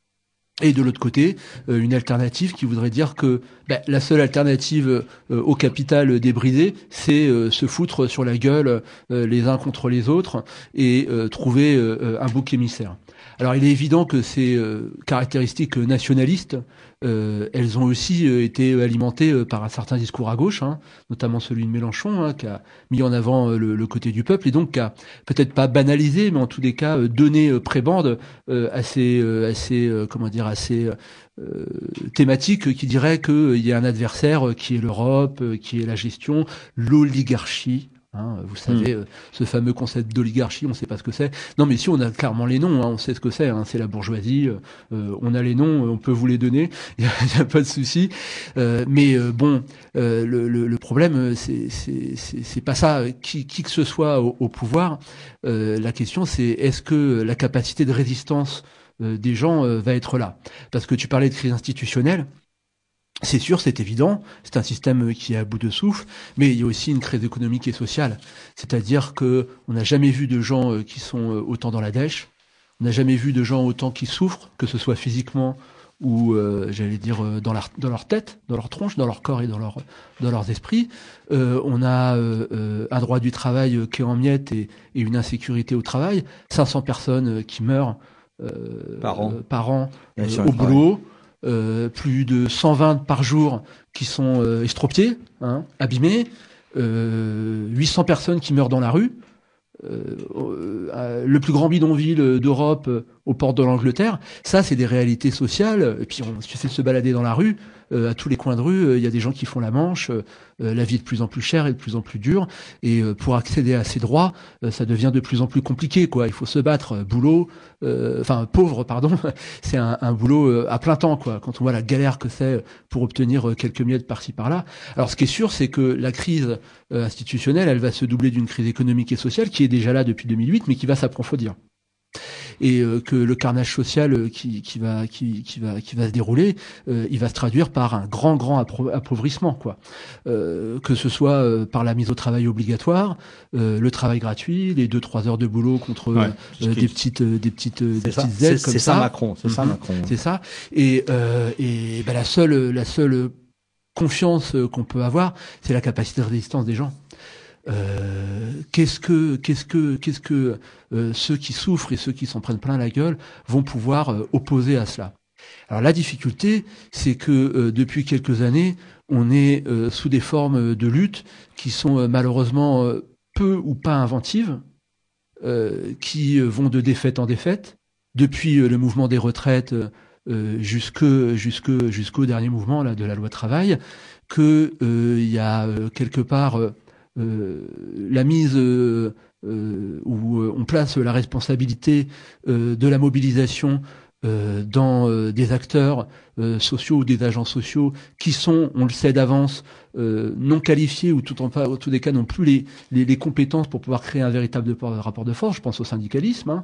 Et de l'autre côté, euh, une alternative qui voudrait dire que ben, la seule alternative euh, au capital débridé, c'est euh, se foutre sur la gueule euh, les uns contre les autres et euh, trouver euh, un bouc émissaire. Alors il est évident que ces euh, caractéristiques nationalistes, euh, elles ont aussi euh, été alimentées euh, par un certain discours à gauche, hein, notamment celui de Mélenchon, hein, qui a mis en avant euh, le, le côté du peuple et donc qui a peut-être pas banalisé, mais en tous les cas euh, donné euh, prébande euh, à ces, euh, à ces euh, comment dire, à ces euh, thématiques qui diraient qu'il y a un adversaire euh, qui est l'Europe, euh, qui est la gestion, l'oligarchie. Hein, vous savez, mmh. euh, ce fameux concept d'oligarchie, on ne sait pas ce que c'est. Non, mais si, on a clairement les noms, hein, on sait ce que c'est. Hein, c'est la bourgeoisie. Euh, on a les noms, on peut vous les donner. Il n'y a, a pas de souci. Euh, mais euh, bon, euh, le, le, le problème, c'est, c'est, c'est, c'est pas ça. Qui, qui que ce soit au, au pouvoir, euh, la question, c'est est-ce que la capacité de résistance euh, des gens euh, va être là ? Parce que tu parlais de crise institutionnelle. C'est sûr, c'est évident, c'est un système qui est à bout de souffle, mais il y a aussi une crise économique et sociale. C'est-à-dire que on n'a jamais vu de gens qui sont autant dans la dèche, on n'a jamais vu de gens autant qui souffrent, que ce soit physiquement ou, euh, j'allais dire, dans leur, dans leur tête, dans leur tronche, dans leur corps et dans, leur, dans leurs esprits. Euh, on a euh, un droit du travail qui est en miettes et, et une insécurité au travail. cinq cents personnes qui meurent euh, par an, euh, par an euh, au boulot. Euh, plus de cent vingt par jour qui sont euh, estropiés, hein, abîmés, euh, huit cents personnes qui meurent dans la rue, euh, euh, le plus grand bidonville d'Europe euh, aux portes de l'Angleterre. Ça, c'est des réalités sociales. Et puis, on suffit de se balader dans la rue. Euh, à tous les coins de rue, il euh, y a des gens qui font la manche. Euh, la vie est de plus en plus chère et de plus en plus dure. Et euh, pour accéder à ces droits, euh, ça devient de plus en plus compliqué, quoi. Il faut se battre. Boulot, euh, enfin pauvre, pardon. C'est un, un boulot euh, à plein temps, quoi. Quand on voit la galère que c'est pour obtenir euh, quelques miettes par-ci par-là. Alors, ce qui est sûr, c'est que la crise euh, institutionnelle, elle va se doubler d'une crise économique et sociale qui est déjà là depuis deux mille huit, mais qui va s'approfondir. Et euh, que le carnage social euh, qui, qui va qui, qui va qui va se dérouler, euh, il va se traduire par un grand grand appauvrissement, quoi. Euh, que ce soit euh, par la mise au travail obligatoire, euh, le travail gratuit, les deux trois heures de boulot contre ouais, euh, des petites euh, des petites des petites ça, aides c'est, comme c'est ça. ça Macron, c'est mm-hmm. ça Macron. C'est ça. Et euh, et ben la seule la seule confiance qu'on peut avoir, c'est la capacité de résistance des gens. Euh, qu'est-ce que, qu'est-ce que, qu'est-ce que euh, ceux qui souffrent et ceux qui s'en prennent plein la gueule vont pouvoir euh, opposer à cela. Alors la difficulté, c'est que euh, depuis quelques années, on est euh, sous des formes de lutte qui sont euh, malheureusement euh, peu ou pas inventives, euh, qui euh, vont de défaite en défaite. Depuis euh, le mouvement des retraites euh, jusque, jusque, jusqu'au dernier mouvement là de la loi travail, que euh, il y a euh, quelque part euh, Euh, la mise euh, euh, où on place la responsabilité euh, de la mobilisation euh, dans euh, des acteurs euh, sociaux ou des agents sociaux qui sont, on le sait d'avance, euh, non qualifiés ou tout en pas, tous des cas n'ont plus les, les, les compétences pour pouvoir créer un véritable rapport de force. Je pense au syndicalisme. Hein.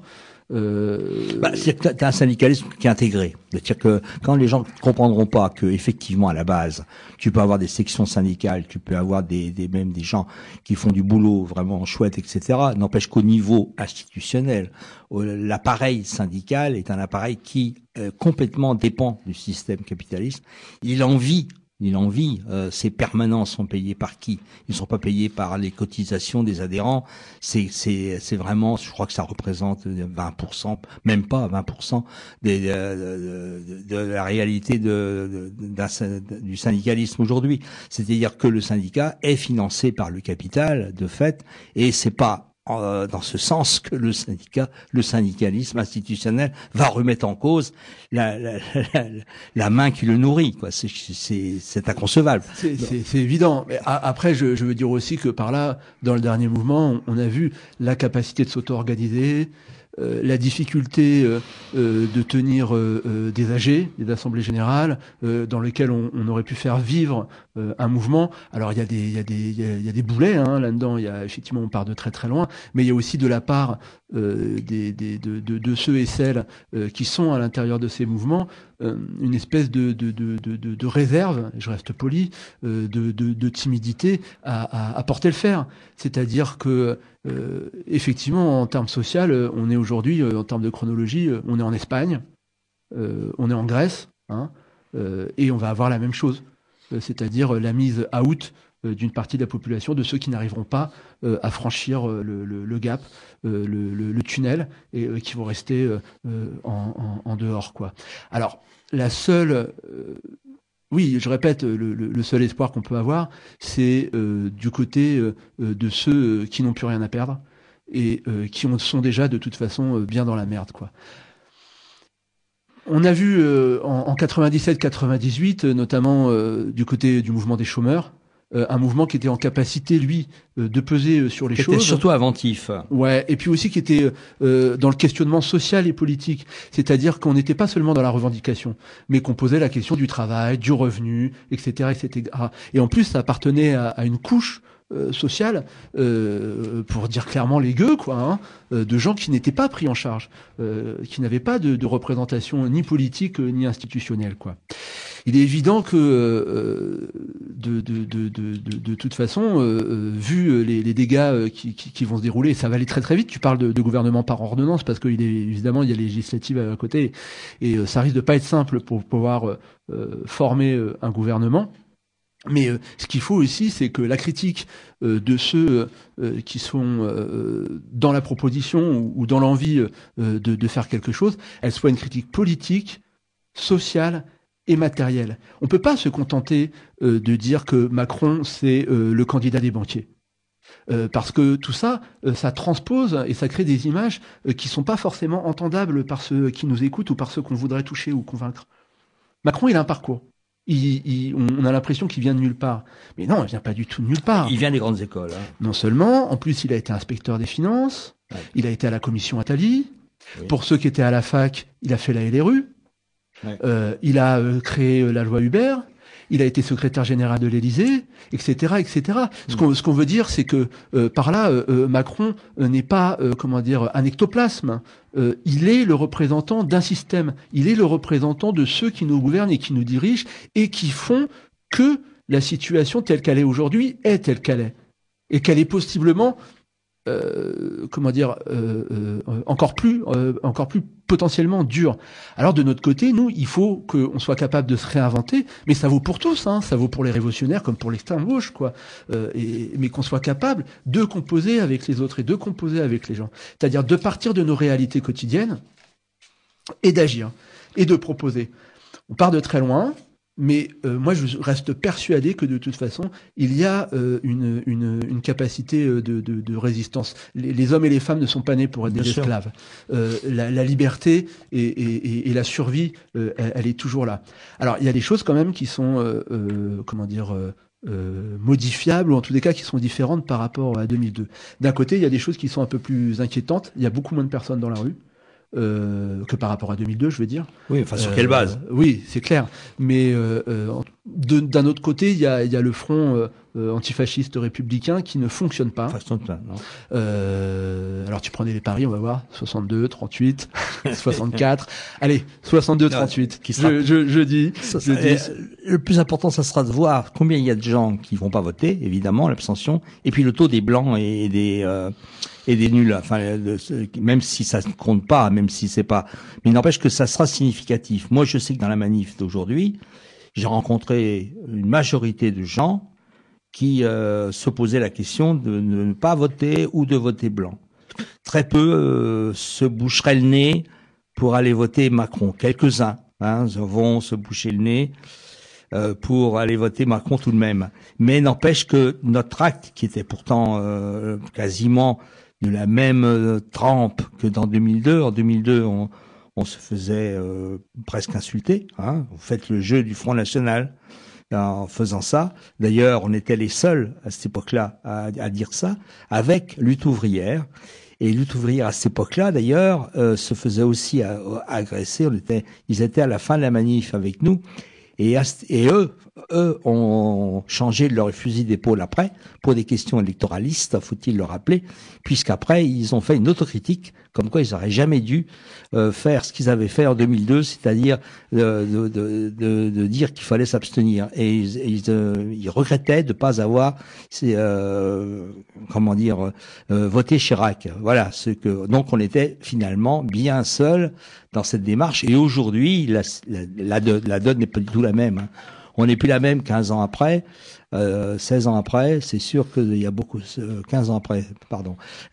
Euh... Bah, c'est que t'as un syndicalisme qui est intégré. C'est-à-dire que quand les gens ne comprendront pas que effectivement à la base, tu peux avoir des sections syndicales, tu peux avoir des, des même des gens qui font du boulot vraiment chouette, et cetera. N'empêche qu'au niveau institutionnel, l'appareil syndical est un appareil qui euh, complètement dépend du système capitaliste. Il en vit. Il en vit. Euh, ces permanences sont payées par qui? Ils ne sont pas payés par les cotisations des adhérents. C'est, c'est, c'est vraiment, je crois que ça représente vingt pour cent, même pas vingt pour cent des, de, de, de la réalité de, de, d'un, du syndicalisme aujourd'hui. C'est-à-dire que le syndicat est financé par le capital, de fait, et c'est pas dans ce sens que le syndicat, le syndicalisme institutionnel va remettre en cause la, la, la, la main qui le nourrit, quoi. C'est, c'est, c'est inconcevable. C'est, c'est, c'est évident. Mais après, je, je veux dire aussi que par là, dans le dernier mouvement, on a vu la capacité de s'auto-organiser, euh, la difficulté euh, euh, de tenir euh, euh, des A G, des assemblées générales, euh, dans lesquelles on, on aurait pu faire vivre euh, un mouvement. Alors il y a des, il y a des, il y a, il y a des boulets hein, là-dedans. Il y a effectivement, on part de très très loin, mais il y a aussi de la part euh, des, des, de, de, de ceux et celles euh, qui sont à l'intérieur de ces mouvements euh, une espèce de, de, de, de, de, de réserve. Je reste poli, euh, de, de, de timidité à, à, à porter le fer. C'est-à-dire que Euh, effectivement, en termes social, on est aujourd'hui, euh, en termes de chronologie, euh, on est en Espagne. euh, on est en Grèce, hein, euh, et on va avoir la même chose, euh, c'est-à-dire la mise out euh, d'une partie de la population, de ceux qui n'arriveront pas euh, à franchir euh, le, le, le gap, euh, le, le, le tunnel, et euh, qui vont rester euh, euh, en, en, en dehors, quoi. Alors, la seule... Euh, oui, je répète, le, le, le seul espoir qu'on peut avoir, c'est euh, du côté euh, de ceux qui n'ont plus rien à perdre et euh, qui ont, sont déjà de toute façon euh, bien dans la merde, quoi. On a vu euh, en, en quatre-vingt-dix-sept quatre-vingt-dix-huit, euh, notamment euh, du côté du mouvement des chômeurs, euh, un mouvement qui était en capacité, lui, euh, de peser euh, sur les qui choses. Était surtout inventif. Ouais, et puis aussi qui était euh, dans le questionnement social et politique. C'est-à-dire qu'on n'était pas seulement dans la revendication, mais qu'on posait la question du travail, du revenu, et cetera, et cetera. Et en plus, ça appartenait à, à une couche Euh, sociale, euh, pour dire clairement les gueux, quoi, hein, euh, de gens qui n'étaient pas pris en charge, euh, qui n'avaient pas de, de représentation ni politique euh, ni institutionnelle, quoi. Il est évident que euh, de, de, de, de, de, de toute façon, euh, vu les, les dégâts qui, qui, qui vont se dérouler, ça va aller très très vite. Tu parles de, de gouvernement par ordonnance parce qu'il est évidemment il y a les législatives à côté et euh, ça risque de pas être simple pour pouvoir euh, former euh, un gouvernement. Mais euh, ce qu'il faut aussi, c'est que la critique euh, de ceux euh, qui sont euh, dans la proposition ou, ou dans l'envie euh, de, de faire quelque chose, elle soit une critique politique, sociale et matérielle. On ne peut pas se contenter euh, de dire que Macron, c'est euh, le candidat des banquiers. Euh, parce que tout ça, euh, ça transpose et ça crée des images euh, qui ne sont pas forcément entendables par ceux qui nous écoutent ou par ceux qu'on voudrait toucher ou convaincre. Macron, il a un parcours. Il, il, on a l'impression qu'il vient de nulle part. Mais non, il vient pas du tout de nulle part. Il vient des grandes écoles. Hein. Non seulement, en plus, il a été inspecteur des finances, ouais. Il a été à la commission Attali. Oui. Pour ceux qui étaient à la fac, il a fait la L R U. Ouais. Euh, il a euh, créé euh, la loi Hubert. Il a été secrétaire général de l'Élysée, et cetera, et cetera. Ce qu'on, ce qu'on veut dire, c'est que euh, par là, euh, Macron euh, n'est pas, euh, comment dire, un ectoplasme. Euh, il est le représentant d'un système. Il est le représentant de ceux qui nous gouvernent et qui nous dirigent et qui font que la situation telle qu'elle est aujourd'hui est telle qu'elle est et qu'elle est possiblement, euh, comment dire, euh, euh, encore plus, euh, encore plus potentiellement dure. Alors de notre côté, nous, il faut qu'on soit capable de se réinventer, mais ça vaut pour tous, hein, ça vaut pour les révolutionnaires comme pour l'extrême gauche, quoi. Euh, et, mais qu'on soit capable de composer avec les autres et de composer avec les gens. C'est-à-dire de partir de nos réalités quotidiennes et d'agir et de proposer. On part de très loin. Mais euh, moi, je reste persuadé que de toute façon, il y a euh, une, une, une capacité de, de, de résistance. Les, les hommes et les femmes ne sont pas nés pour être Bien des sûr. esclaves. Euh, la, la liberté et, et, et la survie, euh, elle, elle est toujours là. Alors, il y a des choses quand même qui sont, euh, euh, comment dire, euh, euh, modifiables, ou en tous les cas qui sont différentes par rapport à deux mille deux. D'un côté, il y a des choses qui sont un peu plus inquiétantes. Il y a beaucoup moins de personnes dans la rue. Euh, que par rapport à deux mille deux, je veux dire. Oui, enfin sur euh, quelle base ? Oui, c'est clair. Mais euh, de, d'un autre côté, il y a, il y a le front euh, antifasciste républicain qui ne fonctionne pas. Façon de non. Euh, alors tu prenais les paris, on va voir. soixante-deux, trente-huit, soixante-quatre. Allez, soixante-deux, trente-huit. Qui sera... je, je, je dis. Ça, je ça, dis. Le plus important, ça sera de voir combien il y a de gens qui vont pas voter, évidemment, l'abstention, et puis le taux des blancs et des euh, et des nuls. Enfin, de, même si ça ne compte pas, même si c'est pas, mais il n'empêche que ça sera significatif. Moi, je sais que dans la manif d'aujourd'hui, j'ai rencontré une majorité de gens qui euh, se posaient la question de, de ne pas voter ou de voter blanc. Très peu euh, se boucheraient le nez pour aller voter Macron. Quelques-uns hein, vont se boucher le nez euh, pour aller voter Macron tout de même. Mais n'empêche que notre acte, qui était pourtant euh, quasiment de la même euh, trempe que dans deux mille deux, en deux mille deux, on, on se faisait euh, presque insulter. Hein, vous faites le jeu du Front National en faisant ça. D'ailleurs, on était les seuls à cette époque-là à, à dire ça, avec Lutte ouvrière. Et Lutte ouvrière à cette époque-là, d'ailleurs, euh, se faisait aussi à, à agresser. On était, ils étaient à la fin de la manif avec nous. Et, et eux, eux ont changé leur fusil d'épaule après pour des questions électoralistes, faut-il le rappeler, puisqu'après ils ont fait une autocritique, comme quoi ils n'auraient jamais dû euh, faire ce qu'ils avaient fait en deux mille deux, c'est-à-dire euh, de, de, de, de dire qu'il fallait s'abstenir. Et ils, ils, euh, ils regrettaient de pas avoir, euh, comment dire, euh, voté Chirac. Voilà, ce que donc on était finalement bien seuls dans cette démarche. Et aujourd'hui, la, la, la, la donne n'est pas du tout la même. Hein. On n'est plus la même quinze ans après, euh, seize ans après. C'est sûr qu'il y a beaucoup, euh, quinze ans après, pardon.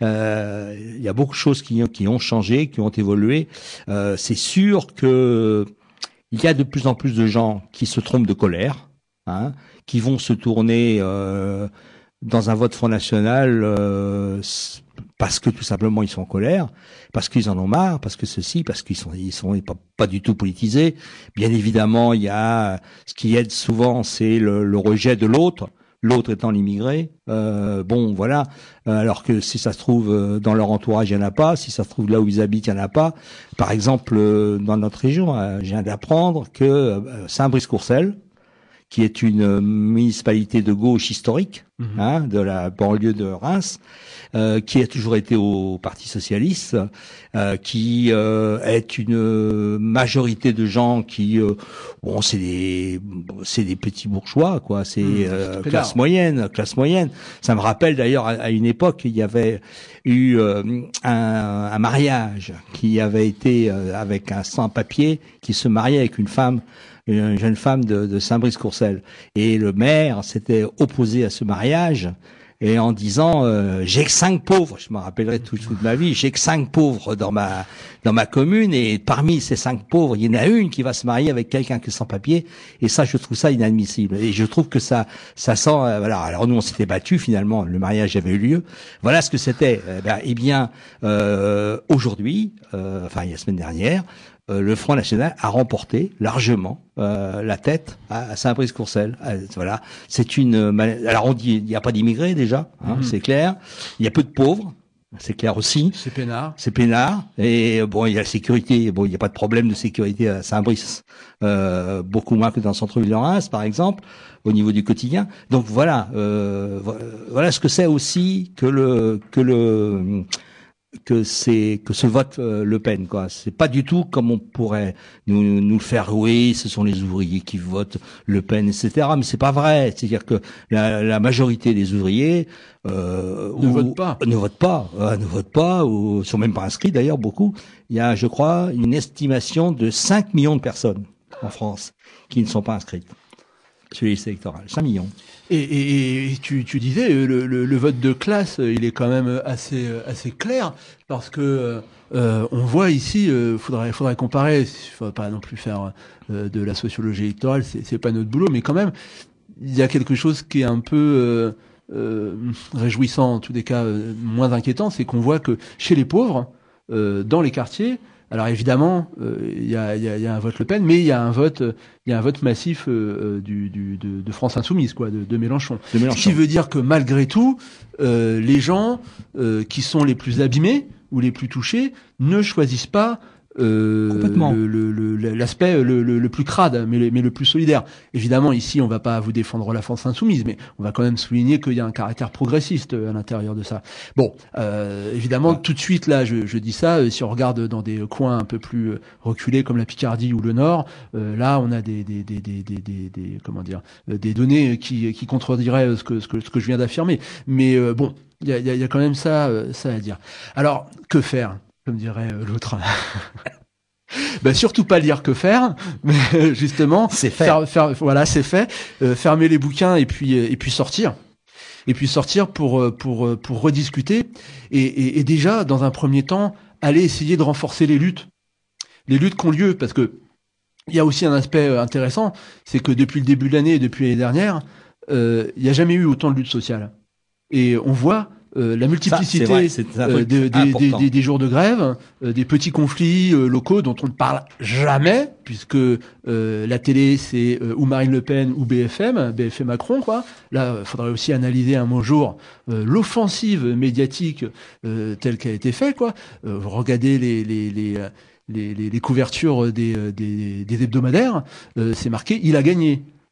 Euh, il y a beaucoup de choses qui, qui ont changé, qui ont évolué. Euh, c'est sûr que il y a de plus en plus de gens qui se trompent de colère, hein, qui vont se tourner euh, dans un vote Front National euh, parce que tout simplement ils sont en colère, parce qu'ils en ont marre, parce que ceci, parce qu'ils sont ils sont pas, pas du tout politisés. Bien évidemment, il y a ce qui aide souvent, c'est le, le rejet de l'autre. L'autre étant l'immigré, euh, bon, voilà. Alors que si ça se trouve dans leur entourage, il y en a pas. Si ça se trouve là où ils habitent, il y en a pas. Par exemple, dans notre région, je viens d'apprendre que Saint-Brice-Courcelles, qui est une municipalité de gauche historique, mmh. hein, de la banlieue de Reims, euh, qui a toujours été au Parti socialiste, euh, qui euh, est une majorité de gens qui, euh, bon, c'est des, c'est des petits bourgeois, quoi. C'est mmh, euh, classe moyenne, classe moyenne. Ça me rappelle d'ailleurs à, à une époque, il y avait eu euh, un, un mariage qui avait été euh, avec un sans-papier qui se mariait avec une femme. Une jeune femme de, de Saint-Brice-Courcelles. Et le maire s'était opposé à ce mariage et en disant euh, j'ai que cinq pauvres, je me rappellerai tout, toute ma vie, j'ai que cinq pauvres dans ma dans ma commune et parmi ces cinq pauvres, il y en a une qui va se marier avec quelqu'un qui est sans papier et ça je trouve ça inadmissible et je trouve que ça ça sent euh, voilà. Alors nous on s'était battus finalement, le mariage avait eu lieu. Voilà ce que c'était. Eh bien, eh bien euh, aujourd'hui, euh, enfin il y a la semaine dernière. Euh, le Front National a remporté largement euh, la tête à, à Saint-Brice-Courcelles. Euh, voilà, c'est une. Alors on dit il n'y a pas d'immigrés déjà, hein, mmh. c'est clair. Il y a peu de pauvres, c'est clair aussi. C'est peinard. C'est peinard. Et bon, il y a la sécurité. Bon, il n'y a pas de problème de sécurité à Saint-Brice, euh, beaucoup moins que dans le centre-ville de Reims, par exemple, au niveau du quotidien. Donc voilà, euh, voilà ce que c'est aussi que le que le que c'est que ce vote euh, Le Pen, quoi. C'est pas du tout comme on pourrait nous nous le faire. Oui, ce sont les ouvriers qui votent Le Pen, et cetera. Mais c'est pas vrai. C'est-à-dire que la, la majorité des ouvriers euh, ne ou, votent pas, ne votent pas, euh, ne votent pas, ou sont même pas inscrits d'ailleurs beaucoup. Il y a, je crois, une estimation de cinq millions de personnes en France qui ne sont pas inscrites sur les listes électorales. cinq millions. Et, et, et tu, tu disais, le, le, le vote de classe, il est quand même assez, assez clair, parce que euh, on voit ici, euh, faudrait, faudrait comparer, il faut pas non plus faire euh, de la sociologie électorale, c'est, c'est pas notre boulot, mais quand même, il y a quelque chose qui est un peu euh, euh, réjouissant, en tous les cas euh, moins inquiétant, c'est qu'on voit que chez les pauvres, euh, dans les quartiers, alors évidemment, il euh, y, a, y, a, y a un vote Le Pen, mais il y a un vote, il y a un vote massif euh, du, du, de, de France Insoumise, quoi, de, de Mélenchon. de Mélenchon. Ce qui veut dire que malgré tout, euh, les gens euh, qui sont les plus abîmés ou les plus touchés ne choisissent pas euh, le, le, le, l'aspect le, le, le plus crade, mais le, mais le plus solidaire. Évidemment, ici, on va pas vous défendre la France Insoumise, mais on va quand même souligner qu'il y a un caractère progressiste à l'intérieur de ça. Bon, euh, évidemment, ouais. Tout de suite, là, je, je dis ça, si on regarde dans des coins un peu plus reculés comme la Picardie ou le Nord, euh, là, on a des, des, des, des, des, des, des comment dire, des données qui, qui contrediraient ce que, ce que, ce que je viens d'affirmer. Mais euh, bon, il y a, y a quand même ça, ça à dire. Alors, que faire ? Comme dirait l'autre. Ben surtout pas lire que faire, mais justement c'est fait. Faire, faire, voilà, c'est fait. Euh, fermer les bouquins et puis et puis sortir, et puis sortir pour pour pour rediscuter et, et, et déjà dans un premier temps aller essayer de renforcer les luttes, les luttes qui ont lieu, parce que il y a aussi un aspect intéressant, c'est que depuis le début de l'année et depuis l'année dernière, euh, il n'y a jamais eu autant de luttes sociales et on voit. Euh, la multiplicité ça, c'est vrai, c'est euh, de, des, des, des, des jours de grève, euh, des petits conflits euh, locaux dont on ne parle jamais, puisque euh, la télé c'est euh, ou Marine Le Pen ou B F M, B F M Macron, quoi. Là, il faudrait aussi analyser un bon jour euh, l'offensive médiatique euh, telle qu'elle a été faite, quoi. Euh, regardez les les les les, les, les couvertures des, des, des hebdomadaires, euh, c'est marqué il a gagné.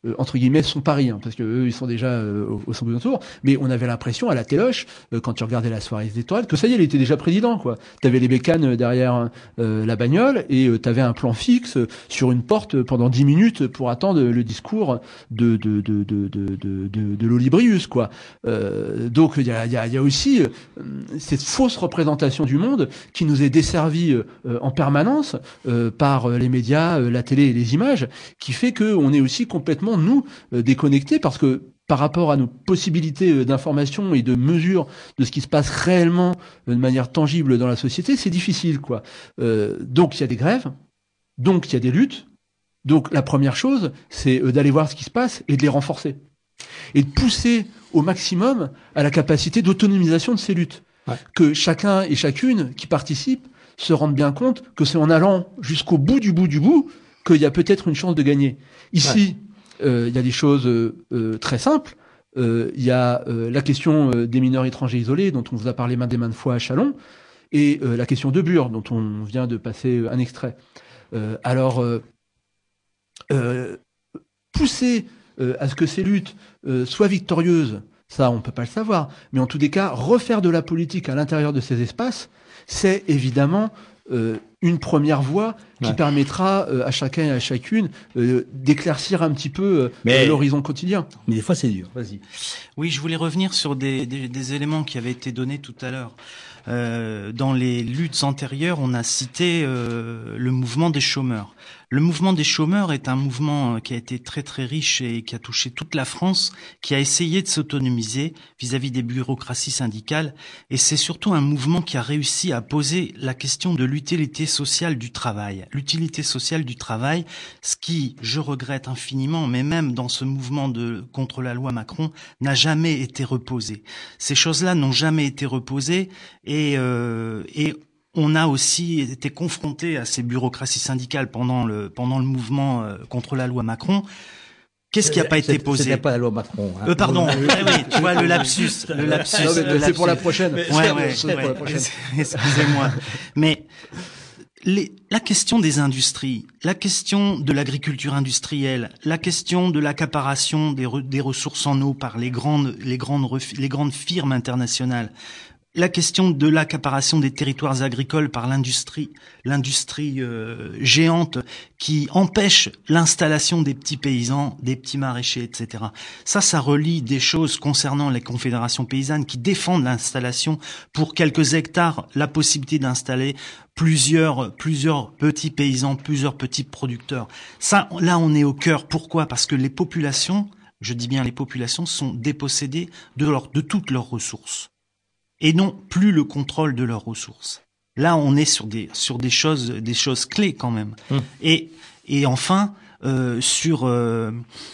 euh, entre guillemets son pari, hein, parce que eux ils sont déjà euh, au, au second tour, mais on avait l'impression à la téloche, euh, quand tu regardais la soirée électorale, que ça y est, il était déjà président, quoi. T'avais les bécanes derrière euh, la bagnole et euh, t'avais un plan fixe sur une porte pendant dix minutes pour attendre le discours de de de de de de, de, de l'Olibrius, quoi. Euh, donc il y a il y a il y a aussi euh, cette fausse représentation du monde qui nous est desservie euh, en permanence euh, par les médias, euh, la télé et les images, qui fait que on est aussi complètement nous euh, déconnectés, parce que par rapport à nos possibilités d'information et de mesure de ce qui se passe réellement de manière tangible dans la société, c'est difficile, quoi. Euh, donc il y a des grèves, donc il y a des luttes. Donc la première chose, c'est d'aller voir ce qui se passe et de les renforcer. Et de pousser au maximum à la capacité d'autonomisation de ces luttes. Ouais. Que chacun et chacune qui participe se rendent bien compte que c'est en allant jusqu'au bout du bout du bout qu'il y a peut-être une chance de gagner. Ici, il ouais. euh, y a des choses euh, très simples. Il euh, y a euh, la question euh, des mineurs étrangers isolés, dont on vous a parlé maintes et maintes fois à Châlons, et euh, la question de Bure, dont on vient de passer un extrait. Euh, alors, euh, euh, pousser euh, à ce que ces luttes euh, soient victorieuses, ça, on peut pas le savoir. Mais en tous les cas, refaire de la politique à l'intérieur de ces espaces, c'est évidemment euh, une première voie qui ouais. permettra euh, à chacun et à chacune euh, d'éclaircir un petit peu euh, mais, l'horizon quotidien. Mais des fois, c'est dur. Vas-y. Oui, je voulais revenir sur des, des, des éléments qui avaient été donnés tout à l'heure. Euh, dans les luttes antérieures, on a cité euh, le mouvement des chômeurs. Le mouvement des chômeurs est un mouvement qui a été très très riche et qui a touché toute la France, qui a essayé de s'autonomiser vis-à-vis des bureaucraties syndicales, et c'est surtout un mouvement qui a réussi à poser la question de l'utilité sociale du travail. L'utilité sociale du travail, ce qui, je regrette infiniment, mais même dans ce mouvement de contre la loi Macron, n'a jamais été reposé. Ces choses-là n'ont jamais été reposées, et, euh, et on a aussi été confronté à ces bureaucraties syndicales pendant le pendant le mouvement euh, contre la loi Macron. Qu'est-ce qui n'a pas été posé? C'était pas la loi Macron. Hein. Euh, pardon. oui, oui, tu vois le lapsus, le lapsus. Non, mais le c'est lapsus. pour la prochaine. Ouais, ouais, ouais, c'est pour la prochaine. Excusez-moi. Mais les, la question des industries, la question de l'agriculture industrielle, la question de l'accaparation des, re, des ressources en eau par les grandes les grandes les grandes firmes internationales. La question de l'accaparation des territoires agricoles par l'industrie, l'industrie euh, géante qui empêche l'installation des petits paysans, des petits maraîchers, et cetera. Ça, ça relie des choses concernant les confédérations paysannes qui défendent l'installation pour quelques hectares, la possibilité d'installer plusieurs plusieurs petits paysans, plusieurs petits producteurs. Ça, là, on est au cœur. Pourquoi? Parce que les populations, je dis bien les populations, sont dépossédées de leur de toutes leurs ressources. Et non plus le contrôle de leurs ressources. Là, on est sur des sur des choses des choses clés quand même. Mmh. Et et enfin euh, sur euh,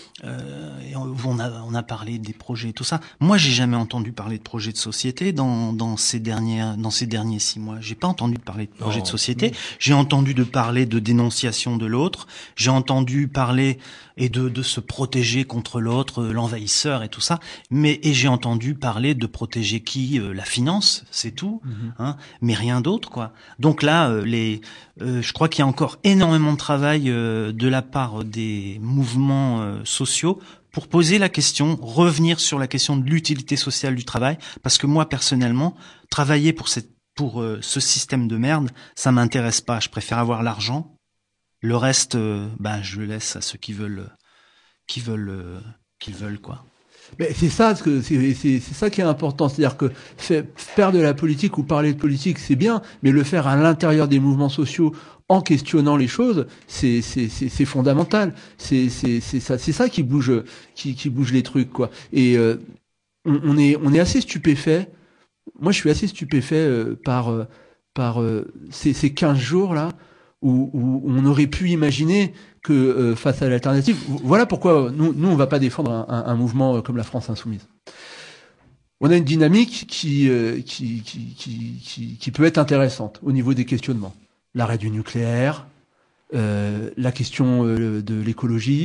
euh, on a on a parlé des projets et tout ça. Moi, j'ai jamais entendu parler de projets de société dans dans ces dernières dans ces derniers six mois. J'ai pas entendu parler de projets oh. de société. Mmh. J'ai entendu de parler de dénonciation de l'autre. J'ai entendu parler et de de se protéger contre l'autre, l'envahisseur et tout ça. Mais et j'ai entendu parler de protéger qui euh, la finance, c'est tout, mmh. hein, mais rien d'autre, quoi. Donc là, euh, les, euh, je crois qu'il y a encore énormément de travail euh, de la part des mouvements euh, sociaux pour poser la question, revenir sur la question de l'utilité sociale du travail, parce que moi personnellement, travailler pour cette pour euh, ce système de merde, ça m'intéresse pas. Je préfère avoir l'argent. Le reste, euh, ben, je le laisse à ceux qui veulent, qui veulent, euh, qu'ils veulent, quoi. Mais c'est ça, c'est, c'est, c'est ça qui est important. C'est-à-dire que faire de la politique ou parler de politique, c'est bien, mais le faire à l'intérieur des mouvements sociaux en questionnant les choses, c'est, c'est, c'est, c'est fondamental. C'est, c'est, c'est ça, c'est ça qui bouge, qui, qui bouge les trucs, quoi. Et euh, on, on est, on est assez stupéfait. Moi, je suis assez stupéfait euh, par, euh, par euh, ces, ces quinze jours là. Où, où on aurait pu imaginer que euh, face à l'alternative, voilà pourquoi nous, nous on va pas défendre un, un, un mouvement comme la France insoumise. On a une dynamique qui, euh, qui, qui, qui, qui, qui peut être intéressante au niveau des questionnements. L'arrêt du nucléaire, euh, la question euh, de l'écologie,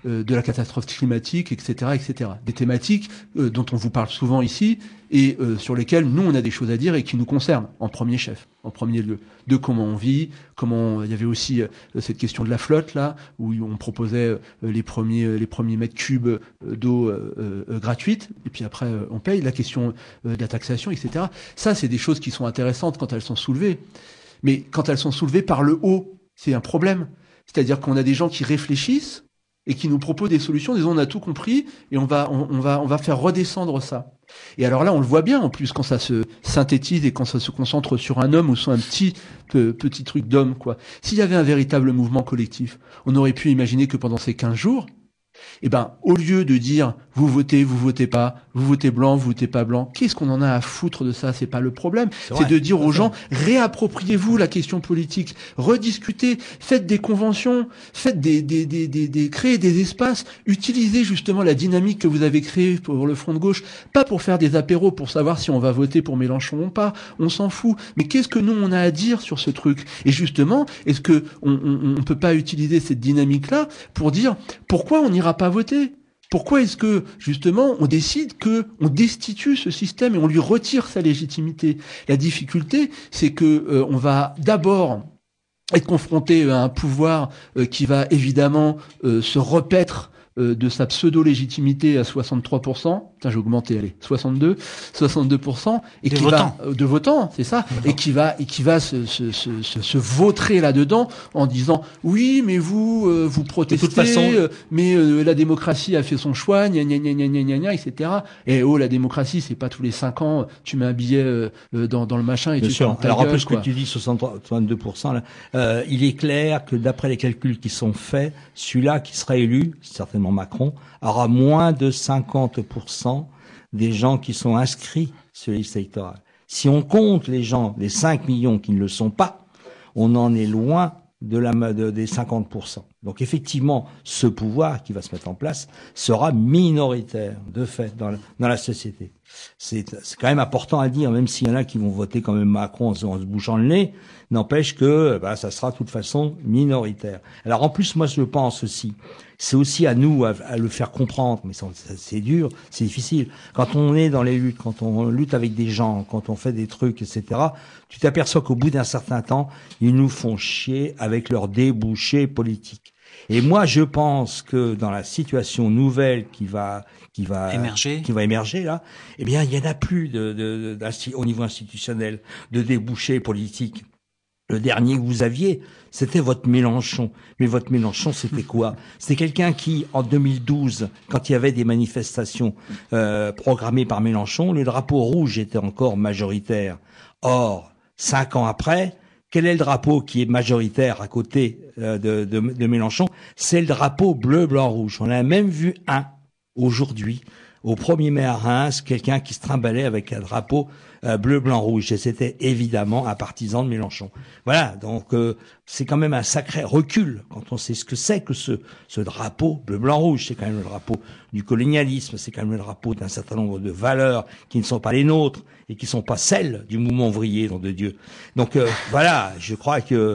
euh, de la catastrophe climatique, et cetera, et cetera. Des thématiques euh, dont on vous parle souvent ici et euh, sur lesquelles nous on a des choses à dire et qui nous concernent en premier chef, en premier lieu, de comment on vit, comment il y avait aussi euh, cette question de la flotte là où on proposait euh, les premiers les premiers mètres cubes euh, d'eau euh, euh, gratuite et puis après euh, on paye, la question euh, de la taxation, et cetera. Ça c'est des choses qui sont intéressantes quand elles sont soulevées, mais quand elles sont soulevées par le haut, c'est un problème. C'est-à-dire qu'on a des gens qui réfléchissent et qui nous proposent des solutions, disons on a tout compris et on va on, on va on va faire redescendre ça. Et alors là on le voit bien en plus quand ça se synthétise et quand ça se concentre sur un homme ou sur un petit peu, petit truc d'homme quoi. S'il y avait un véritable mouvement collectif, on aurait pu imaginer que pendant ces quinze jours, eh ben, au lieu de dire vous votez, vous votez pas, vous votez blanc, vous votez pas blanc, qu'est-ce qu'on en a à foutre de ça? C'est pas le problème. C'est, c'est de dire aux gens réappropriez-vous la question politique, rediscutez, faites des conventions, faites des, des, des, des, des, créez des espaces, utilisez justement la dynamique que vous avez créée pour le Front de gauche, pas pour faire des apéros pour savoir si on va voter pour Mélenchon ou pas, on s'en fout. Mais qu'est-ce que nous on a à dire sur ce truc? Et justement, est-ce que on, on, on peut pas utiliser cette dynamique-là pour dire pourquoi on n'ira pas voter? Pourquoi est-ce que, justement, on décide que on destitue ce système et on lui retire sa légitimité? La difficulté, c'est que euh, on va d'abord être confronté à un pouvoir euh, qui va évidemment euh, se repaître euh, de sa pseudo-légitimité à soixante-trois pour cent. Putain, j'ai augmenté, allez, soixante-deux, soixante-deux pour cent. Et de qui votants. va, euh, de votants, c'est ça. Et qui va, et qui va se, se, se, se, se vautrer là-dedans en disant, oui, mais vous, euh, vous protestez, de toute façon, euh, mais euh, la démocratie a fait son choix, gna gna gna gna gna gna gna, et cetera. Et oh, la démocratie, c'est pas tous les cinq ans, tu mets un billet euh, dans, dans le machin et Bien tu sûr. fermes ta Alors gueule, en plus ce quoi. que tu dis, soixante-trois, soixante-deux pour cent, là, euh, il est clair que d'après les calculs qui sont faits, celui-là qui sera élu, certainement Macron, aura moins de cinquante pour cent des gens qui sont inscrits sur les listes électorales. Si on compte les gens, les cinq millions qui ne le sont pas, on en est loin de la de, des cinquante pour cent. Donc effectivement, ce pouvoir qui va se mettre en place sera minoritaire, de fait, dans la, dans la société. C'est, c'est quand même important à dire, même s'il y en a qui vont voter quand même Macron en se, en se bouchant le nez, n'empêche que bah, ça sera de toute façon minoritaire. Alors en plus, moi je pense aussi, c'est aussi à nous à, à le faire comprendre, mais c'est, c'est dur, c'est difficile. Quand on est dans les luttes, quand on lutte avec des gens, quand on fait des trucs, et cetera, tu t'aperçois qu'au bout d'un certain temps, ils nous font chier avec leurs débouchés politiques. Et moi, je pense que dans la situation nouvelle qui va qui va émerger, qui va émerger là, eh bien, il y en a plus de, de, de au niveau institutionnel de débouchés politiques. Le dernier que vous aviez, c'était votre Mélenchon. Mais votre Mélenchon, c'était quoi? C'était quelqu'un qui, en deux mille douze, quand il y avait des manifestations euh, programmées par Mélenchon, le drapeau rouge était encore majoritaire. Or, cinq ans après, quel est le drapeau qui est majoritaire à côté euh, de, de, de Mélenchon? C'est le drapeau bleu, blanc, rouge. On a même vu un, aujourd'hui, au premier mai à Reims, quelqu'un qui se trimballait avec un drapeau euh, bleu, blanc, rouge. Et c'était évidemment un partisan de Mélenchon. Voilà, donc euh, c'est quand même un sacré recul quand on sait ce que c'est que ce, ce drapeau bleu, blanc, rouge. C'est quand même le drapeau du colonialisme, c'est quand même le drapeau d'un certain nombre de valeurs qui ne sont pas les nôtres et qui ne sont pas celles du mouvement ouvrier, nom de Dieu. Donc euh, voilà, je crois que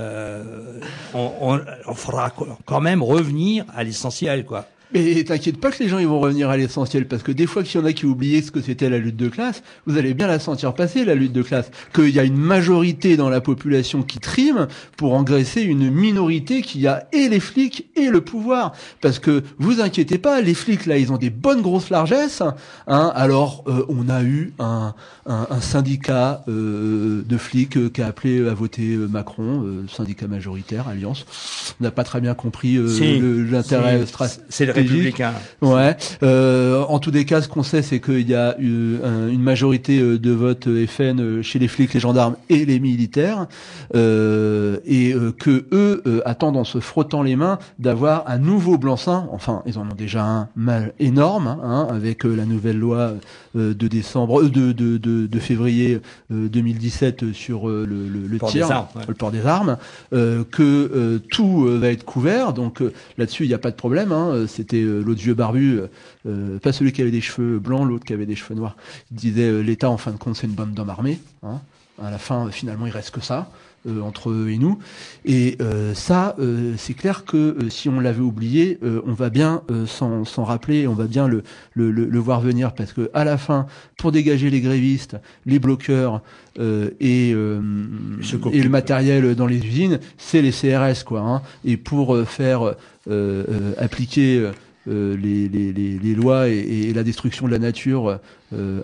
euh, on, on, on fera quand même revenir à l'essentiel, quoi. Mais t'inquiète pas que les gens ils vont revenir à l'essentiel, parce que des fois qu'il y en a qui oubliaient ce que c'était la lutte de classe, vous allez bien la sentir passer, la lutte de classe, qu'il y a une majorité dans la population qui trime pour engraisser une minorité qui a et les flics et le pouvoir. Parce que vous inquiétez pas, les flics là ils ont des bonnes grosses largesses, hein. Alors euh, on a eu un, un, un syndicat euh, de flics euh, qui a appelé à voter euh, Macron, euh, syndicat majoritaire, Alliance. On n'a pas très bien compris euh, si, le, l'intérêt si, stratégique. C'est le républicain. Ouais. Euh, en tous les cas, ce qu'on sait, c'est qu'il y a eu un, une majorité de vote F N chez les flics, les gendarmes et les militaires, euh, et euh, que eux euh, attendent en se frottant les mains d'avoir un nouveau blanc-seing. Enfin, ils en ont déjà un mal énorme, hein, avec euh, la nouvelle loi euh, de décembre, euh, de, de, de, de février euh, deux mille dix-sept sur euh, le, le, le tir, armes, ouais. le port des armes, euh, que euh, tout euh, va être couvert. Donc euh, là-dessus, il n'y a pas de problème. Hein. C'était euh, l'autre vieux barbu, euh, pas celui qui avait des cheveux blancs, l'autre qui avait des cheveux noirs. Il disait euh, l'État, en fin de compte, c'est une bande d'hommes armés. Hein. À la fin, euh, finalement, il reste que ça. euh, entre eux et nous. Et euh, ça, euh, c'est clair que euh, si on l'avait oublié, euh, on va bien euh, s'en, s'en rappeler, on va bien le, le, le, le voir venir, parce que à la fin, pour dégager les grévistes, les bloqueurs euh, et, euh, et le matériel dans les usines, c'est les C R S, quoi. Hein. Et pour euh, faire euh, euh, appliquer euh, les, les, les, les lois et, et la destruction de la nature euh,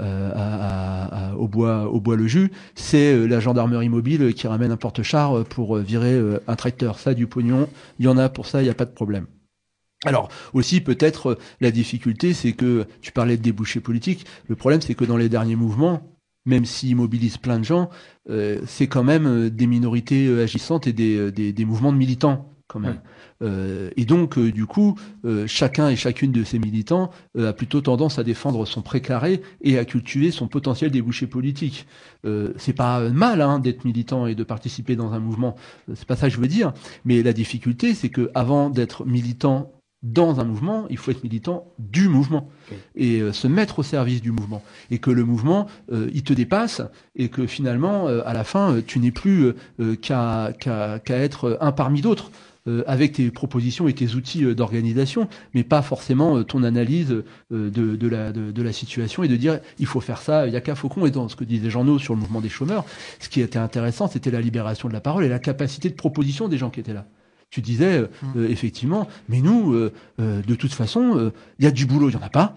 à, à, à, au bois, au bois le jus, c'est euh, la gendarmerie mobile qui ramène un porte-char pour euh, virer euh, un tracteur. Ça, du pognon, il y en a pour ça, il n'y a pas de problème. Alors aussi peut-être la difficulté, c'est que tu parlais de débouchés politiques. Le problème, c'est que dans les derniers mouvements, même s'ils mobilisent plein de gens, euh, c'est quand même des minorités agissantes et des, des, des mouvements de militants quand même. Ouais. Euh, et donc, euh, du coup, euh, chacun et chacune de ces militants euh, a plutôt tendance à défendre son précaré et à cultiver son potentiel débouché politique. Euh, c'est pas mal hein, d'être militant et de participer dans un mouvement. C'est pas ça que je veux dire. Mais la difficulté, c'est que avant d'être militant dans un mouvement, il faut être militant du mouvement et euh, se mettre au service du mouvement, et que le mouvement euh, il te dépasse, et que finalement euh, à la fin euh, tu n'es plus euh, qu'à, qu'à, qu'à être un parmi d'autres euh, avec tes propositions et tes outils euh, d'organisation, mais pas forcément euh, ton analyse euh, de, de, la, de, de la situation, et de dire il faut faire ça, il y a qu'à Faucon. Et dans ce que disait Jean-No sur le mouvement des chômeurs, ce qui était intéressant, c'était la libération de la parole et la capacité de proposition des gens qui étaient là. Tu disais, euh, effectivement, mais nous, euh, euh, de toute façon, il euh, y a du boulot, il n'y en a pas.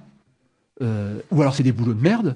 Euh, ou alors c'est des boulots de merde.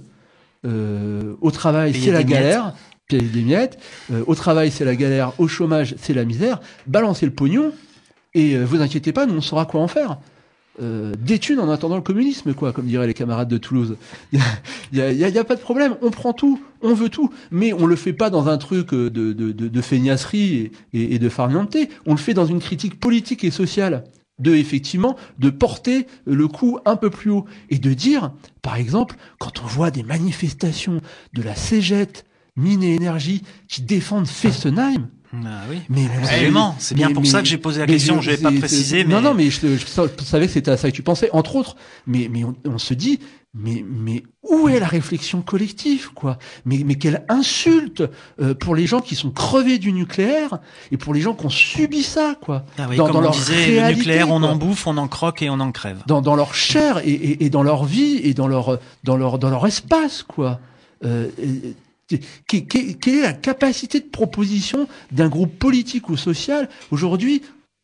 Euh, au travail, c'est la galère. Puis il y a des miettes. Euh, au travail, c'est la galère. Au chômage, c'est la misère. Balancez le pognon et euh, vous inquiétez pas, nous, on saura quoi en faire. Euh, des thunes en attendant le communisme, quoi, comme diraient les camarades de Toulouse. Il y a, y a, y a pas de problème, on prend tout, on veut tout, mais on le fait pas dans un truc de, de, de, de feignasserie et, et, et de farnienté. On le fait dans une critique politique et sociale, de effectivement de porter le coup un peu plus haut et de dire, par exemple, quand on voit des manifestations de la C G E T, Mines et Énergie, qui défendent Fessenheim. Ah oui, mais absolument. C'est bien mais, pour mais, ça que j'ai posé la question. Je n'ai pas précisé. Mais... Non, non, mais je, je, je savais que c'était à ça que tu pensais, entre autres. Mais, mais on, on se dit, mais, mais où est la réflexion collective, quoi ? Mais, mais quelle insulte euh, pour les gens qui sont crevés du nucléaire et pour les gens qui ont subi ça, quoi. Ah oui, dans, comme dans on leur disait, réalité, le nucléaire, on quoi. en bouffe, on en croque et on en crève. Dans, dans leur chair et, et, et dans leur vie et dans leur, dans leur, dans leur espace, quoi. Euh, et, Quelle est la capacité de proposition d'un groupe politique ou social aujourd'hui,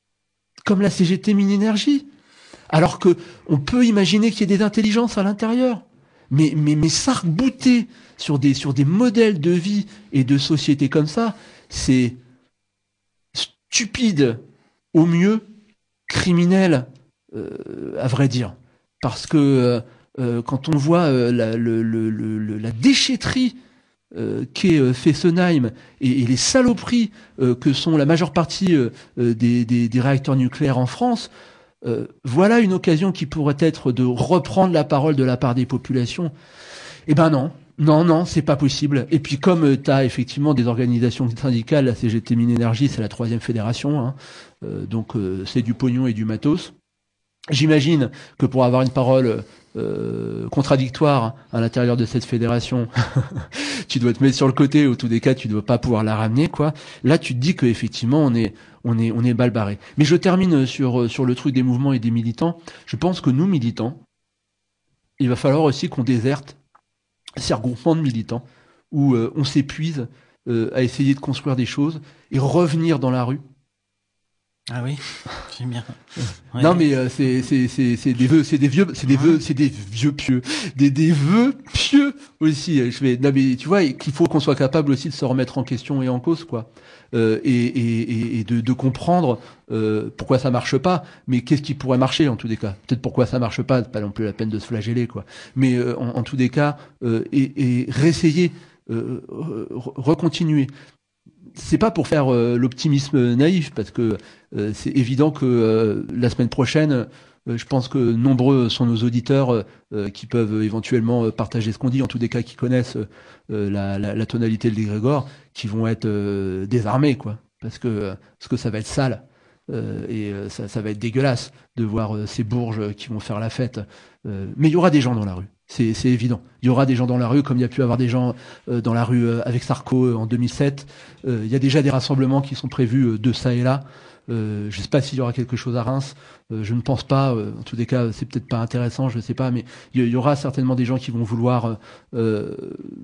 comme la C G T Mines Énergie, alors que on peut imaginer qu'il y ait des intelligences à l'intérieur, mais mais mais s'arc-bouter sur des sur des modèles de vie et de société comme ça, c'est stupide au mieux, criminel euh, à vrai dire, parce que euh, quand on voit euh, la, le, le, le, la déchetterie Euh, qu'est euh, Fessenheim et, et les saloperies euh, que sont la majeure partie euh, des, des, des réacteurs nucléaires en France, euh, voilà une occasion qui pourrait être de reprendre la parole de la part des populations. Eh ben non, non, non, c'est pas possible. Et puis comme euh, tu as effectivement des organisations syndicales, la C G T Mines Énergie, c'est la troisième fédération, hein, euh, donc euh, c'est du pognon et du matos. J'imagine que pour avoir une parole euh, contradictoire à l'intérieur de cette fédération, tu dois te mettre sur le côté, ou en tous les cas, tu ne dois pas pouvoir la ramener, quoi. Là, tu te dis qu'effectivement, on est, on est, on est balle barré. Mais je termine sur, sur le truc des mouvements et des militants. Je pense que nous, militants, il va falloir aussi qu'on déserte ces regroupements de militants où euh, on s'épuise euh, à essayer de construire des choses et revenir dans la rue. Ah oui, j'aime bien. Ouais. Non mais euh, c'est c'est c'est c'est des vœux, c'est des vieux, c'est des vœux, c'est des vieux pieux, des des vœux pieux aussi. Je vais, non mais tu vois qu'il faut qu'on soit capable aussi de se remettre en question et en cause, quoi, euh, et, et et de de comprendre euh, pourquoi ça marche pas, mais qu'est-ce qui pourrait marcher en tous les cas. Peut-être pourquoi ça marche pas, c'est pas non plus la peine de se flageller, quoi. Mais euh, en, en tous les cas, euh, et et réessayer, euh, recontinuer. C'est pas pour faire euh, l'optimisme naïf, parce que euh, c'est évident que euh, la semaine prochaine, euh, je pense que nombreux sont nos auditeurs euh, qui peuvent éventuellement partager ce qu'on dit, en tous les cas qui connaissent euh, la, la, la tonalité de l'égrégore, qui vont être euh, désarmés, quoi, parce que parce que ça va être sale euh, et ça, ça va être dégueulasse de voir euh, ces bourges qui vont faire la fête. Euh, mais il y aura des gens dans la rue. C'est, c'est évident. Il y aura des gens dans la rue, comme il y a pu avoir des gens euh, dans la rue euh, avec Sarko euh, en deux mille sept. Euh, il y a déjà des rassemblements qui sont prévus euh, de ça et là. Euh, je ne sais pas s'il y aura quelque chose à Reims. Euh, je ne pense pas. Euh, en tous les cas, c'est peut-être pas intéressant. Je ne sais pas, mais il y, y aura certainement des gens qui vont vouloir euh,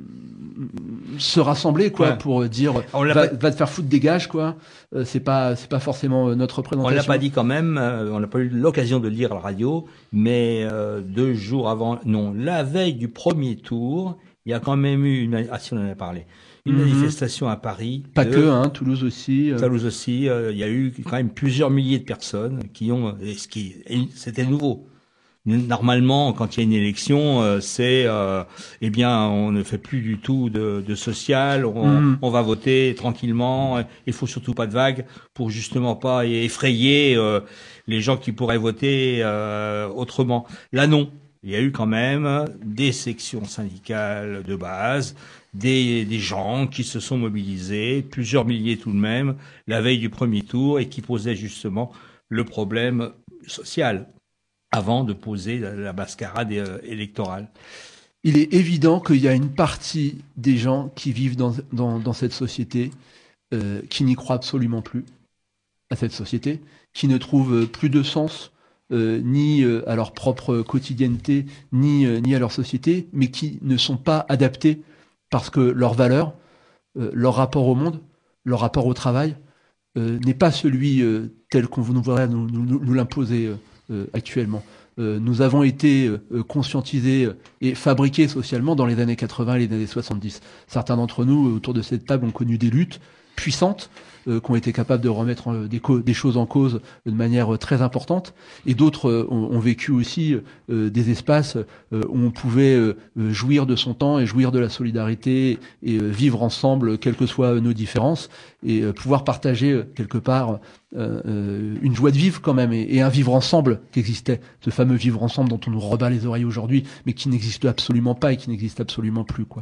se rassembler, quoi, ouais. pour dire va, pas... va te faire foutre, dégage, quoi. Euh, c'est pas, c'est pas forcément notre représentation. On l'a pas dit quand même. Euh, on n'a pas eu l'occasion de le lire à la radio, mais euh, deux jours avant, non, la veille du premier tour, il y a quand même eu une. Ah si, on en a parlé. Une mmh. manifestation à Paris. Pas de, que, hein, Toulouse aussi. Euh... Toulouse aussi. Il euh, y a eu quand même plusieurs milliers de personnes qui ont. Et ce qui, c'était nouveau. Normalement, quand il y a une élection, euh, c'est, euh, eh bien, on ne fait plus du tout de, de social. On, mmh. on va voter tranquillement. Il faut surtout pas de vagues pour justement pas effrayer euh, les gens qui pourraient voter euh, autrement. Là, non. Il y a eu quand même des sections syndicales de base. Des, des gens qui se sont mobilisés, plusieurs milliers tout de même, la veille du premier tour, et qui posaient justement le problème social avant de poser la, la mascarade euh, électorale. Il est évident qu'il y a une partie des gens qui vivent dans, dans, dans cette société euh, qui n'y croient absolument plus à cette société, qui ne trouvent plus de sens euh, ni euh, à leur propre quotidienneté, ni, euh, ni à leur société, mais qui ne sont pas adaptés parce que leur valeur, euh, leur rapport au monde, leur rapport au travail euh, n'est pas celui euh, tel qu'on nous voudrait nous, nous, nous l'imposer euh, actuellement. Euh, nous avons été euh, conscientisés et fabriqués socialement dans les années quatre-vingts et les années soixante-dix. Certains d'entre nous, autour de cette table, ont connu des luttes puissantes euh, qui ont été capables de remettre euh, des, co- des choses en cause de manière euh, très importante, et d'autres euh, ont, ont vécu aussi euh, des espaces euh, où on pouvait euh, jouir de son temps et jouir de la solidarité et euh, vivre ensemble, quelles que soient nos différences, et euh, pouvoir partager euh, quelque part euh, euh, une joie de vivre quand même, et, et un vivre ensemble qui existait, ce fameux vivre ensemble dont on nous rebat les oreilles aujourd'hui, mais qui n'existe absolument pas et qui n'existe absolument plus, quoi.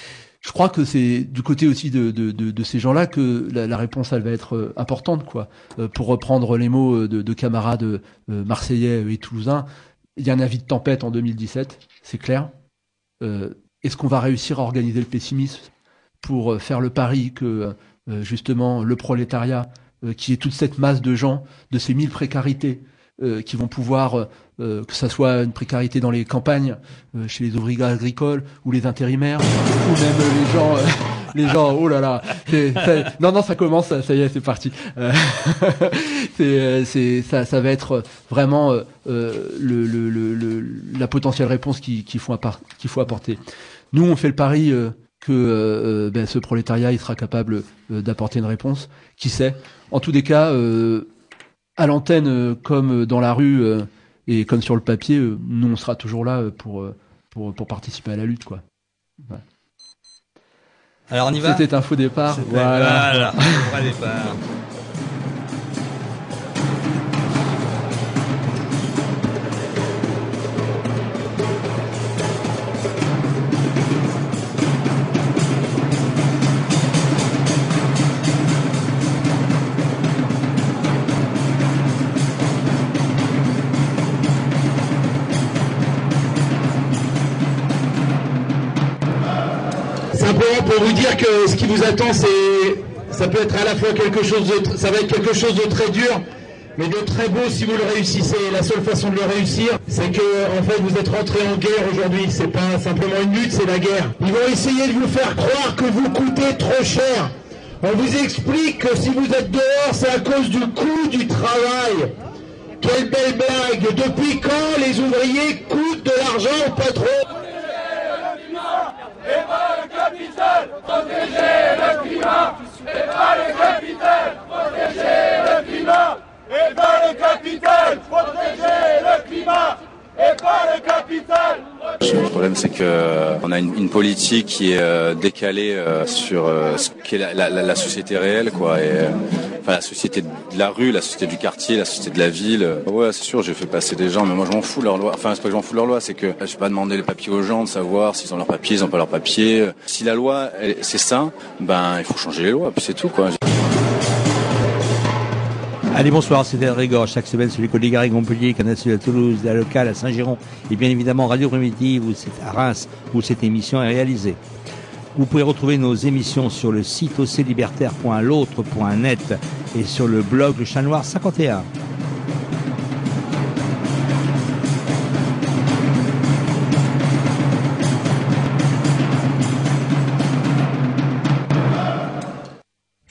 Je crois que c'est du côté aussi de, de, de, de ces gens-là que la, la réponse, elle va être euh, importante, quoi. Euh, pour reprendre les mots de, de camarades euh, marseillais et toulousains, il y a un avis de tempête en deux mille dix-sept, c'est clair. Euh, est-ce qu'on va réussir à organiser le pessimisme pour euh, faire le pari que euh, justement le prolétariat, euh, qui est toute cette masse de gens, de ces mille précarités, Euh, qui vont pouvoir, euh, que ça soit une précarité dans les campagnes, euh, chez les ouvriers agricoles ou les intérimaires, ou même euh, les gens, euh, les gens, oh là là, c'est, ça, non non, ça commence, ça, ça y est, c'est parti. Euh, c'est, c'est, ça, ça va être vraiment euh, le, le, le, le, la potentielle réponse qu'il, qu'il faut appart- qu'il faut apporter. Nous, on fait le pari euh, que euh, ben, ce prolétariat, il sera capable euh, d'apporter une réponse. Qui sait ? En tous les cas. Euh, À l'antenne, euh, comme dans la rue euh, et comme sur le papier, euh, nous on sera toujours là euh, pour, euh, pour pour participer à la lutte, quoi. Ouais. Alors on y va. C'était un faux départ. C'était, voilà. voilà. Un vrai départ. Simplement pour vous dire que ce qui vous attend, c'est, ça peut être à la fois quelque chose de, ça va être quelque chose de très dur, mais de très beau si vous le réussissez. La seule façon de le réussir, c'est que, en fait, vous êtes rentré en guerre aujourd'hui. C'est pas simplement une lutte, c'est la guerre. Ils vont essayer de vous faire croire que vous coûtez trop cher. On vous explique que si vous êtes dehors, c'est à cause du coût du travail. Quelle belle blague. Depuis quand les ouvriers coûtent de l'argent au patron? Et pas le capital, protéger le climat. Et pas le capital, protéger le climat. Et pas le capital, protéger le climat. Et pas le capital. Le problème, c'est que on a une, une politique qui est euh, décalée euh, sur euh, ce qu'est la, la, la société réelle, quoi. Et euh, enfin, la société de la rue, la société du quartier, la société de la ville. Ouais, c'est sûr, j'ai fait passer des gens, mais moi je m'en fous de leur loi. Enfin, c'est pas que je m'en fous de leur loi, c'est que je vais pas demander les papiers aux gens de savoir s'ils ont leurs papiers, ils ont pas leurs papiers. Si la loi, elle, c'est ça, ben il faut changer les lois, puis c'est tout, quoi. Allez, bonsoir, c'était Régor. Chaque semaine, sur les côtes des Garrigues, Montpellier, Canal Sud à Toulouse, la locale à Saint-Giron et bien évidemment Radio Primitive où c'est à Reims où cette émission est réalisée. Vous pouvez retrouver nos émissions sur le site oclibertaire point l'autre point net et sur le blog Le Chat Noir cinquante et un.